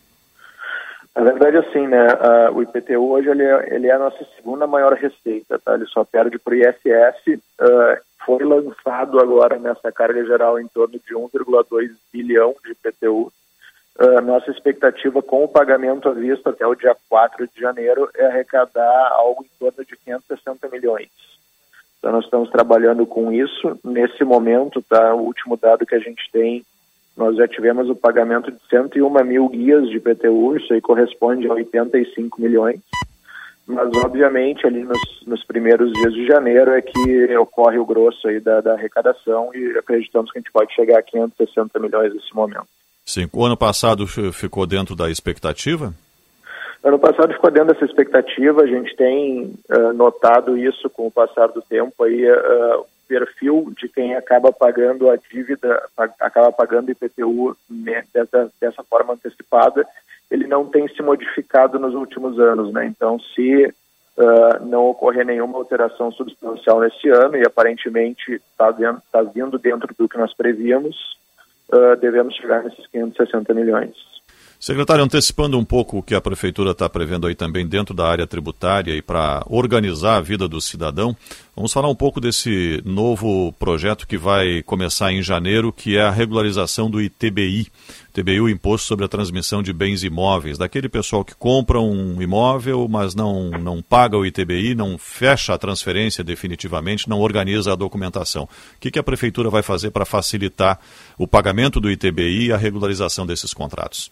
S22: Na verdade, assim, né, uh, o I P T U hoje ele é, ele é a nossa segunda maior receita, tá? Ele só perde para o I S S, uh, foi lançado agora nessa carga geral em torno de um vírgula dois bilhão de I P T U. Uh, nossa expectativa com o pagamento à vista até o dia quatro de janeiro é arrecadar algo em torno de quinhentos e sessenta milhões. Então nós estamos trabalhando com isso. Nesse momento, tá, o último dado que a gente tem, nós já tivemos o pagamento de cento e uma mil guias de I P T U, isso aí corresponde a oitenta e cinco milhões. Mas, obviamente, ali nos, nos primeiros dias de janeiro é que ocorre o grosso aí da, da arrecadação e acreditamos que a gente pode chegar a quinhentos e sessenta milhões nesse momento.
S3: Sim. O ano passado ficou dentro da expectativa?
S22: Ano passado ficou dentro dessa expectativa, a gente tem uh, notado isso com o passar do tempo, aí uh, o perfil de quem acaba pagando a dívida, acaba pagando I P T U né, dessa, dessa forma antecipada, ele não tem se modificado nos últimos anos, né? Então, se uh, não ocorrer nenhuma alteração substancial nesse ano, e aparentemente está tá vindo dentro do que nós prevíamos, uh, devemos chegar nesses quinhentos e sessenta milhões.
S3: Secretário, antecipando um pouco o que a Prefeitura está prevendo aí também dentro da área tributária e para organizar a vida do cidadão, vamos falar um pouco desse novo projeto que vai começar em janeiro, que é a regularização do I T B I. I T B I, o Imposto sobre a Transmissão de Bens Imóveis, daquele pessoal que compra um imóvel, mas não, não paga o I T B I, não fecha a transferência definitivamente, não organiza a documentação. O que, que a Prefeitura vai fazer para facilitar o pagamento do I T B I e a regularização desses contratos?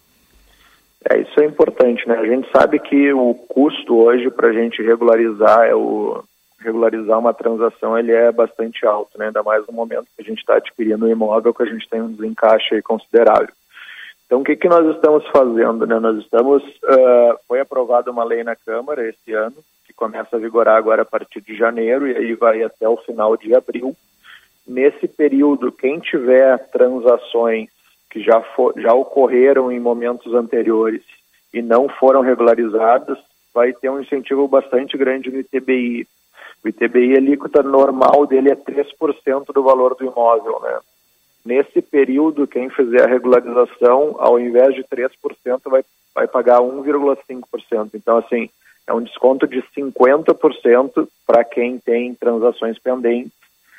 S22: É, isso é importante, né? A gente sabe que o custo hoje para a gente regularizar, é o, regularizar uma transação, ele é bastante alto, né? Ainda mais no momento que a gente está adquirindo um imóvel, que a gente tem um desencaixe aí considerável. Então, o que, que nós estamos fazendo, né? Nós estamos, uh, foi aprovada uma lei na Câmara esse ano, que começa a vigorar agora a partir de janeiro e aí vai até o final de abril. Nesse período, quem tiver transações que já, for, já ocorreram em momentos anteriores e não foram regularizadas, vai ter um incentivo bastante grande no I T B I. O I T B I, a alíquota normal dele é três por cento do valor do imóvel, né? Nesse período, quem fizer a regularização, ao invés de três por cento, vai, vai pagar um vírgula cinco por cento. Então, assim, é um desconto de cinquenta por cento para quem tem transações pendentes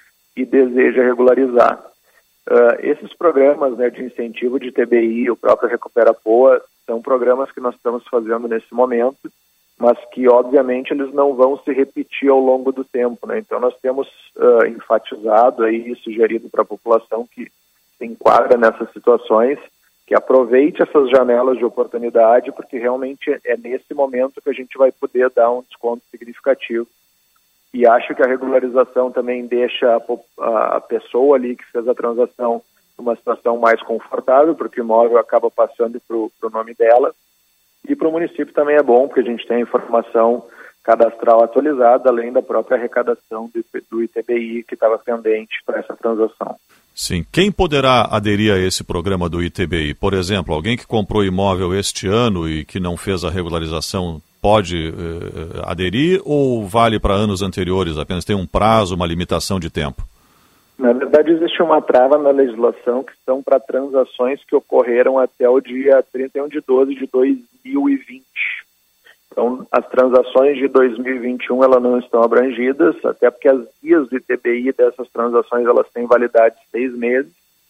S22: e deseja regularizar. Uh, esses programas, né, de incentivo de I T B I, o próprio Recupera P O A, são programas que nós estamos fazendo nesse momento, mas que, obviamente, eles não vão se repetir ao longo do tempo, né? Então, nós temos uh, enfatizado aí, sugerido para a população que se enquadra nessas situações, que aproveite essas janelas de oportunidade, porque realmente é nesse momento que a gente vai poder dar um desconto significativo. E acho que a regularização também deixa a, a pessoa ali que fez a transação numa situação mais confortável, porque o imóvel acaba passando para o nome dela. E para o município também é bom, porque a gente tem a informação cadastral atualizada, além da própria arrecadação do, do I T B I que estava pendente para essa transação.
S3: Sim. Quem poderá aderir a esse programa do I T B I? Por exemplo, alguém que comprou imóvel este ano e que não fez a regularização pode eh, aderir ou vale para anos anteriores? Apenas tem um prazo, uma limitação de tempo?
S22: Na verdade, existe uma trava na legislação que são para transações que ocorreram até o dia trinta e um de doze de dois mil e vinte. Então, as transações de dois mil e vinte e um elas não estão abrangidas, até porque as guias do I T B I dessas transações elas têm validade de seis meses.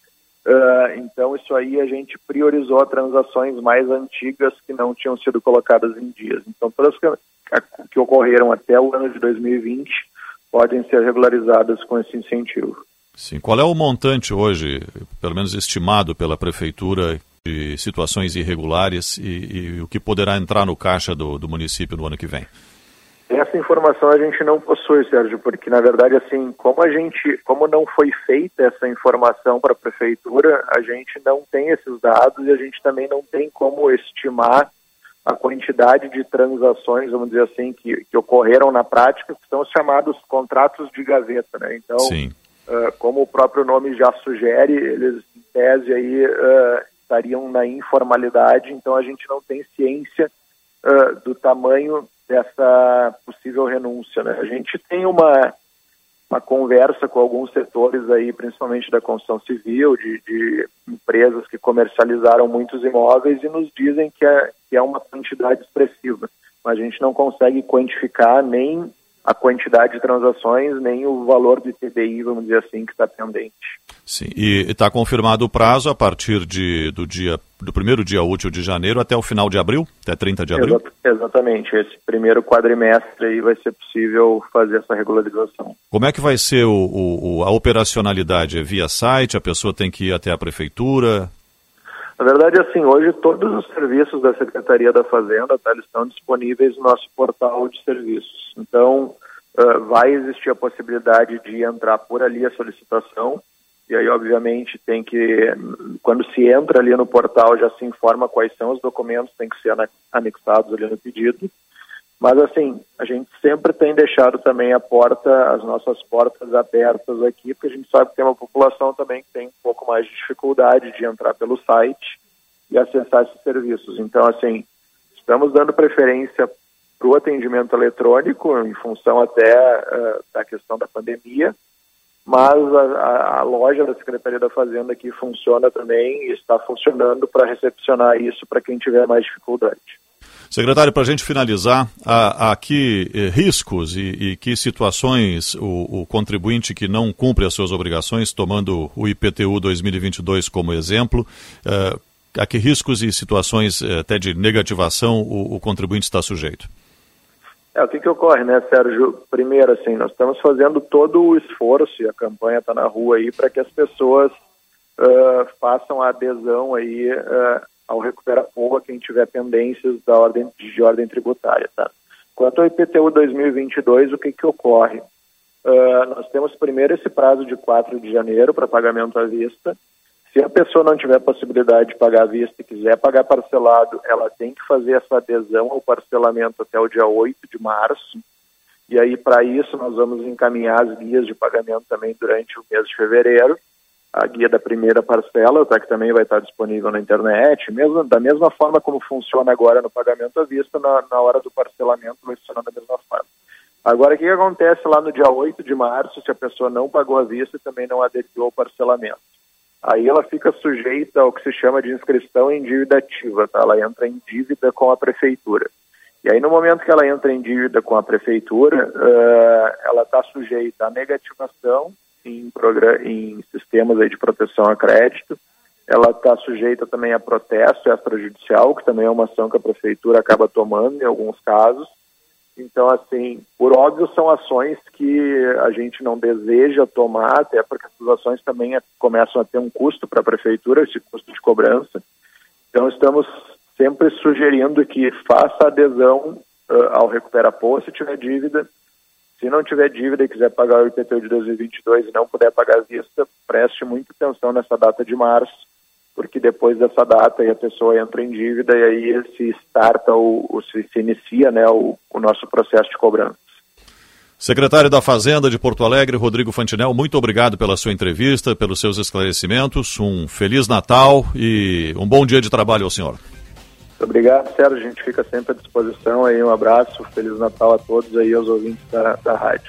S22: Uh, então, isso aí a gente priorizou transações mais antigas que não tinham sido colocadas em dias. Então, todas que, que ocorreram até o ano de dois mil e vinte podem ser regularizadas com esse incentivo.
S3: Sim. Qual é o montante hoje, pelo menos estimado pela Prefeitura, de situações irregulares e, e o que poderá entrar no caixa do, do município no ano que vem?
S22: Essa informação a gente não possui, Sérgio, porque na verdade, assim, como a gente, como não foi feita essa informação para a prefeitura, a gente não tem esses dados e a gente também não tem como estimar a quantidade de transações, vamos dizer assim, que, que ocorreram na prática, que são os chamados contratos de gaveta, né? Então, uh, como o próprio nome já sugere, eles, em tese, aí uh, estariam na informalidade, então a gente não tem ciência uh, do tamanho dessa possível renúncia, né? A gente tem uma, uma conversa com alguns setores aí, principalmente da construção civil, de, de empresas que comercializaram muitos imóveis e nos dizem que é, que é uma quantidade expressiva, mas a gente não consegue quantificar nem a quantidade de transações, nem o valor do I T B I, vamos dizer assim, que está pendente.
S3: Sim, e está confirmado o prazo a partir de, do, dia, do primeiro dia útil de janeiro até o final de abril, até trinta de abril?
S22: Exato, exatamente, esse primeiro quadrimestre aí vai ser possível fazer essa regularização.
S3: Como é que vai ser o, o, a operacionalidade? É via site, a pessoa tem que ir até a prefeitura?
S22: Na verdade, assim, hoje todos os serviços da Secretaria da Fazenda, tá, eles estão disponíveis no nosso portal de serviços. Então, uh, vai existir a possibilidade de entrar por ali a solicitação, e aí, obviamente, tem que, quando se entra ali no portal, já se informa quais são os documentos que têm que ser anexados ali no pedido. Mas, assim, a gente sempre tem deixado também a porta, as nossas portas abertas aqui, porque a gente sabe que tem uma população também que tem um pouco mais de dificuldade de entrar pelo site e acessar esses serviços. Então, assim, estamos dando preferência para o atendimento eletrônico, em função até uh, da questão da pandemia, mas a, a, a loja da Secretaria da Fazenda aqui funciona também e está funcionando para recepcionar isso para quem tiver mais dificuldade.
S3: Secretário, para a gente finalizar, há, há aqui eh, riscos e, e que situações o, o contribuinte que não cumpre as suas obrigações, tomando o I P T U dois mil e vinte e dois como exemplo, eh, a que riscos e situações eh, até de negativação o, o contribuinte está sujeito?
S22: É, o que, que ocorre, né, Sérgio? Primeiro, assim, nós estamos fazendo todo o esforço, e a campanha está na rua aí, para que as pessoas uh, façam a adesão aí uh, ao Recupera Poa, quem tiver pendências da ordem, de ordem tributária, tá? Quanto ao I P T U dois mil e vinte e dois, o que, que ocorre? Uh, nós temos primeiro esse prazo de quatro de janeiro para pagamento à vista. Se a pessoa não tiver possibilidade de pagar à vista e quiser pagar parcelado, ela tem que fazer essa adesão ao parcelamento até o dia oito de março. E aí, para isso, nós vamos encaminhar as guias de pagamento também durante o mês de fevereiro. A guia da primeira parcela, tá, que também vai estar disponível na internet, mesmo, da mesma forma como funciona agora no pagamento à vista, na, na hora do parcelamento vai funcionar da mesma forma. Agora, o que, que acontece lá no dia oito de março, se a pessoa não pagou à vista e também não aderiu ao parcelamento? Aí ela fica sujeita ao que se chama de inscrição em dívida ativa, tá? Ela entra em dívida com a prefeitura. E aí, no momento que ela entra em dívida com a prefeitura, uh, ela está sujeita à negativação em, em sistemas aí de proteção a crédito, ela está sujeita também a protesto extrajudicial, que também é uma ação que a prefeitura acaba tomando em alguns casos. Então, assim, por óbvio, são ações que a gente não deseja tomar, até porque essas ações também é, começam a ter um custo para a prefeitura, esse custo de cobrança. Então, estamos sempre sugerindo que faça adesão uh, ao Recupera Poa se tiver dívida. Se não tiver dívida e quiser pagar o I P T U de dois mil e vinte e dois e não puder pagar à vista, preste muita atenção nessa data de março, porque depois dessa data aí a pessoa entra em dívida e aí se starta, o, o se, se inicia, né, o, o nosso processo de cobrança.
S3: Secretário da Fazenda de Porto Alegre, Rodrigo Fantinel, muito obrigado pela sua entrevista, pelos seus esclarecimentos. Um Feliz Natal e um bom dia de trabalho ao senhor.
S22: Muito obrigado, Sérgio. A gente fica sempre à disposição. Aí, um abraço, Feliz Natal a todos aí, aos ouvintes da, da rádio.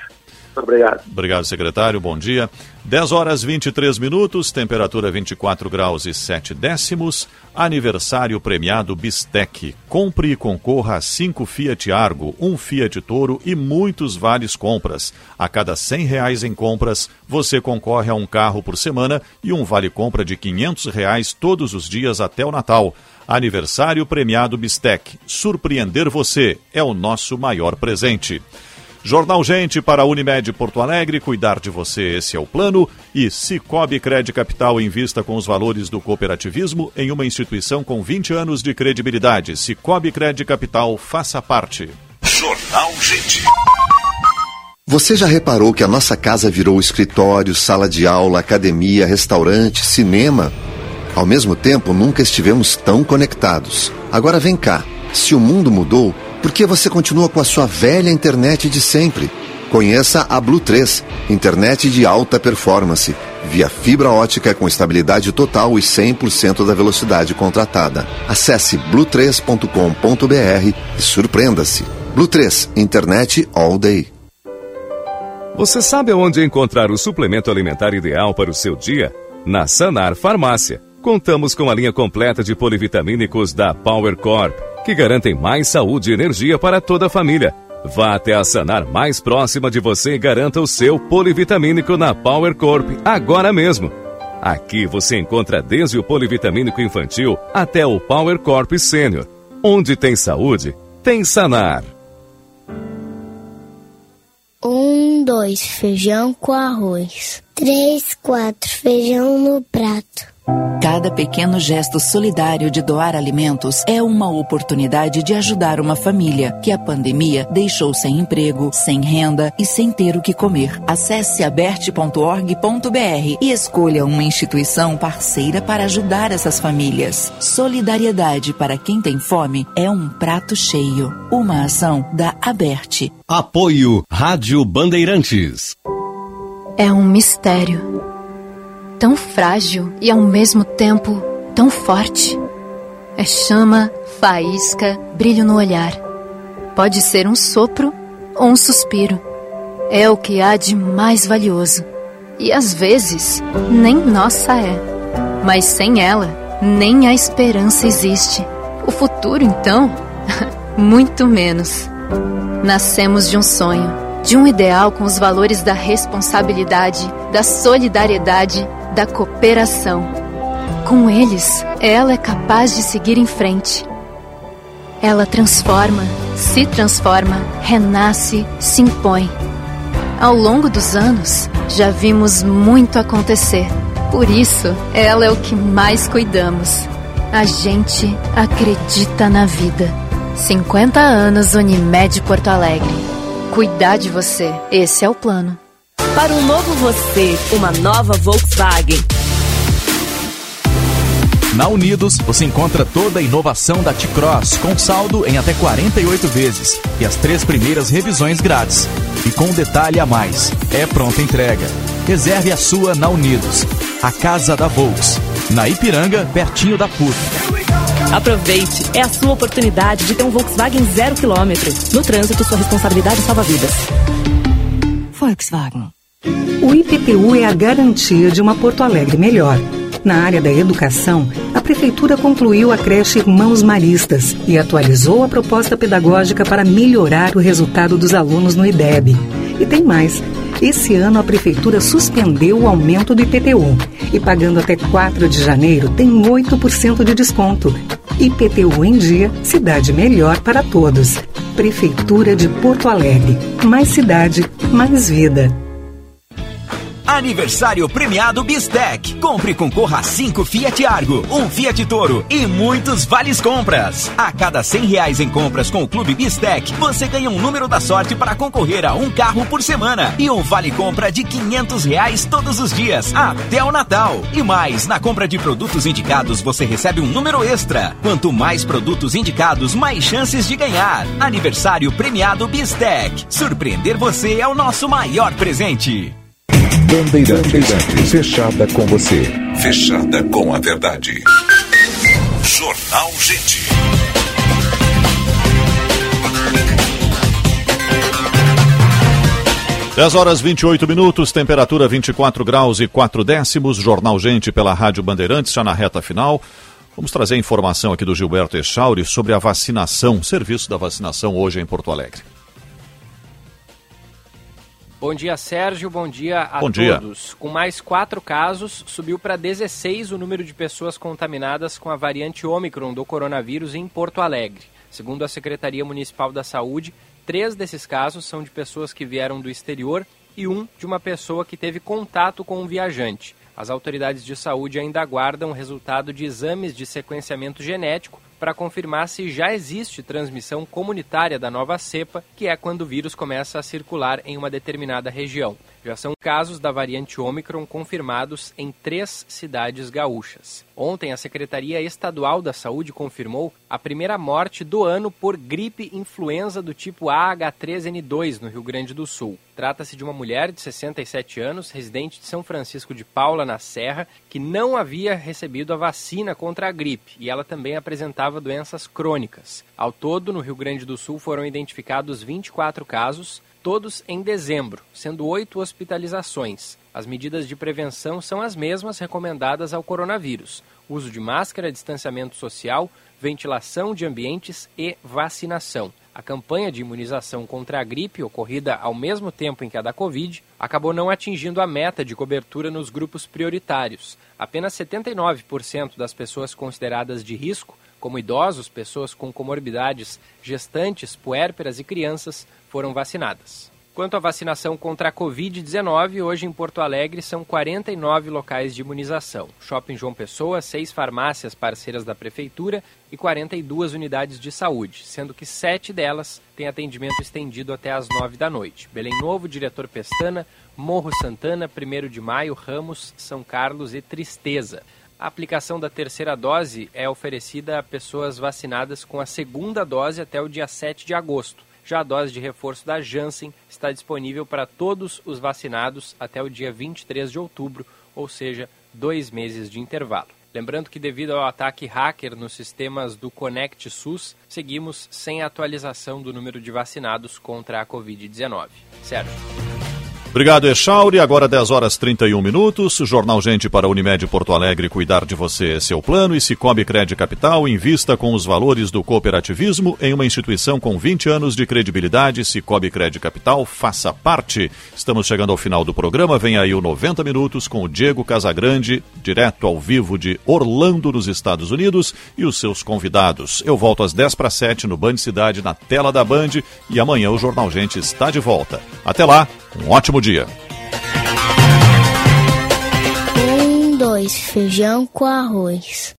S22: Obrigado.
S3: Obrigado, secretário. Bom dia. dez horas e vinte e três minutos, temperatura vinte e quatro graus e sete décimos. Aniversário premiado Bistec. Compre e concorra a cinco Fiat Argo, um Fiat Toro e muitos vales compras. A cada cem reais em compras, você concorre a um carro por semana e um vale compra de quinhentos reais todos os dias até o Natal. Aniversário premiado Bistec. Surpreender você é o nosso maior presente. Jornal Gente para a Unimed Porto Alegre, cuidar de você, esse é o plano. E Sicoob Crédito Capital, invista com os valores do cooperativismo em uma instituição com vinte anos de credibilidade. Sicoob Crédito Capital, faça parte.
S1: Jornal Gente.
S9: Você já reparou que a nossa casa virou escritório, sala de aula, academia, restaurante, cinema? Ao mesmo tempo, nunca estivemos tão conectados. Agora vem cá, se o mundo mudou, por que você continua com a sua velha internet de sempre? Conheça a Blue três, internet de alta performance, via fibra ótica com estabilidade total e cem por cento da velocidade contratada. Acesse blue três ponto com ponto b r e surpreenda-se. Blue três, internet all day.
S15: Você sabe onde encontrar o suplemento alimentar ideal para o seu dia? Na Sanar Farmácia. Contamos com a linha completa de polivitamínicos da Power Corp, que garantem mais saúde e energia para toda a família. Vá até a Sanar mais próxima de você e garanta o seu polivitamínico na Power Corp agora mesmo. Aqui você encontra desde o polivitamínico infantil até o Power Corp Sênior. Onde tem saúde, tem Sanar.
S2: Um, dois, feijão com arroz. Três, quatro, feijão no prato.
S6: Cada pequeno gesto solidário de doar alimentos é uma oportunidade de ajudar uma família que a pandemia deixou sem emprego, sem renda e sem ter o que comer. Acesse aberte ponto org ponto b r e escolha uma instituição parceira para ajudar essas famílias. Solidariedade para quem tem fome é um prato cheio. Uma ação da Aberte.
S4: Apoio Rádio Bandeirantes.
S23: É um mistério. Tão frágil e ao mesmo tempo tão forte. É chama, faísca, brilho no olhar. Pode ser um sopro ou um suspiro. É o que há de mais valioso. E às vezes, nem nossa é. Mas sem ela, nem a esperança existe. O futuro, então, muito menos. Nascemos de um sonho, de um ideal com os valores da responsabilidade, da solidariedade, da cooperação. Com eles, ela é capaz de seguir em frente. Ela transforma, se transforma, renasce, se impõe. Ao longo dos anos, já vimos muito acontecer. Por isso, ela é o que mais cuidamos. A gente acredita na vida. cinquenta anos Unimed Porto Alegre. Cuidar de você, esse é o plano.
S24: Para um novo você, uma nova Volkswagen.
S25: Na Unidos, você encontra toda a inovação da T-Cross, com saldo em até quarenta e oito vezes e as três primeiras revisões grátis. E com um detalhe a mais, é pronta entrega. Reserve a sua na Unidos, a casa da Volks, na Ipiranga, pertinho da P U C.
S24: Aproveite, é a sua oportunidade de ter um Volkswagen zero quilômetro. No trânsito, sua responsabilidade salva vidas.
S23: Volkswagen.
S26: O I P T U é a garantia de uma Porto Alegre melhor. Na área da educação, a Prefeitura concluiu a creche Irmãos Maristas e atualizou a proposta pedagógica para melhorar o resultado dos alunos no I D E B. E tem mais. Esse ano a Prefeitura suspendeu o aumento do I P T U e pagando até quatro de janeiro tem oito por cento de desconto. I P T U em dia, cidade melhor para todos. Prefeitura de Porto Alegre. Mais cidade, mais vida.
S27: Aniversário premiado Bistec. Compre e concorra a cinco Fiat Argo, um Fiat Toro e muitos vales compras. A cada cem reais em compras com o Clube Bistec, você ganha um número da sorte para concorrer a um carro por semana e um vale compra de quinhentos reais todos os dias até o Natal. E mais, na compra de produtos indicados você recebe um número extra. Quanto mais produtos indicados, mais chances de ganhar. Aniversário premiado Bistec. Surpreender você é o nosso maior presente.
S21: Bandeirantes, fechada com você. Fechada com a verdade. Jornal Gente.
S3: dez horas e vinte e oito minutos, temperatura vinte e quatro graus e quatro décimos, Jornal Gente pela Rádio Bandeirantes, já na reta final. Vamos trazer informação aqui do Gilberto Echauri sobre a vacinação, serviço da vacinação hoje em Porto Alegre.
S5: Bom dia, Sérgio. Bom dia a
S3: Bom dia.
S5: todos. Com mais quatro casos, subiu para dezesseis o número de pessoas contaminadas com a variante Ômicron do coronavírus em Porto Alegre. Segundo a Secretaria Municipal da Saúde, três desses casos são de pessoas que vieram do exterior e um de uma pessoa que teve contato com um viajante. As autoridades de saúde ainda aguardam o resultado de exames de sequenciamento genético para confirmar se já existe transmissão comunitária da nova cepa, que é quando o vírus começa a circular em uma determinada região. Já são casos da variante Ômicron confirmados em três cidades gaúchas. Ontem, a Secretaria Estadual da Saúde confirmou a primeira morte do ano por gripe influenza do tipo A H três N dois no Rio Grande do Sul. Trata-se de uma mulher de sessenta e sete anos, residente de São Francisco de Paula, na Serra, que não havia recebido a vacina contra a gripe e ela também apresentava doenças crônicas. Ao todo, no Rio Grande do Sul foram identificados vinte e quatro casos, todos em dezembro, sendo oito hospitalizações. As medidas de prevenção são as mesmas recomendadas ao coronavírus: uso de máscara, distanciamento social, ventilação de ambientes e vacinação. A campanha de imunização contra a gripe, ocorrida ao mesmo tempo em que a da Covid, acabou não atingindo a meta de cobertura nos grupos prioritários. Apenas setenta e nove por cento das pessoas consideradas de risco, como idosos, pessoas com comorbidades, gestantes, puérperas e crianças, foram vacinadas. Quanto à vacinação contra a covid dezenove, hoje em Porto Alegre são quarenta e nove locais de imunização. Shopping João Pessoa, seis farmácias parceiras da Prefeitura e quarenta e duas unidades de saúde, sendo que sete delas têm atendimento estendido até às nove da noite. Belém Novo, Diretor Pestana, Morro Santana, primeiro de Maio, Ramos, São Carlos e Tristeza. A aplicação da terceira dose é oferecida a pessoas vacinadas com a segunda dose até o dia sete de agosto. Já a dose de reforço da Janssen está disponível para todos os vacinados até o dia vinte e três de outubro, ou seja, dois meses de intervalo. Lembrando que devido ao ataque hacker nos sistemas do Conect SUS, seguimos sem atualização do número de vacinados contra a covid dezenove. Sérgio.
S3: Obrigado, Echauri. Agora dez horas e trinta e um minutos. Jornal Gente para a Unimed Porto Alegre. Cuidar de você é seu plano. E Cicobi Crédito Capital. Invista com os valores do cooperativismo em uma instituição com vinte anos de credibilidade. Cicobi Crédito Capital. Faça parte. Estamos chegando ao final do programa. Vem aí o noventa minutos com o Diego Casagrande, direto ao vivo de Orlando, nos Estados Unidos, e os seus convidados. Eu volto às dez para sete no Band Cidade, na tela da Band. E amanhã o Jornal Gente está de volta. Até lá. Um ótimo dia.
S2: Um, dois, feijão com arroz.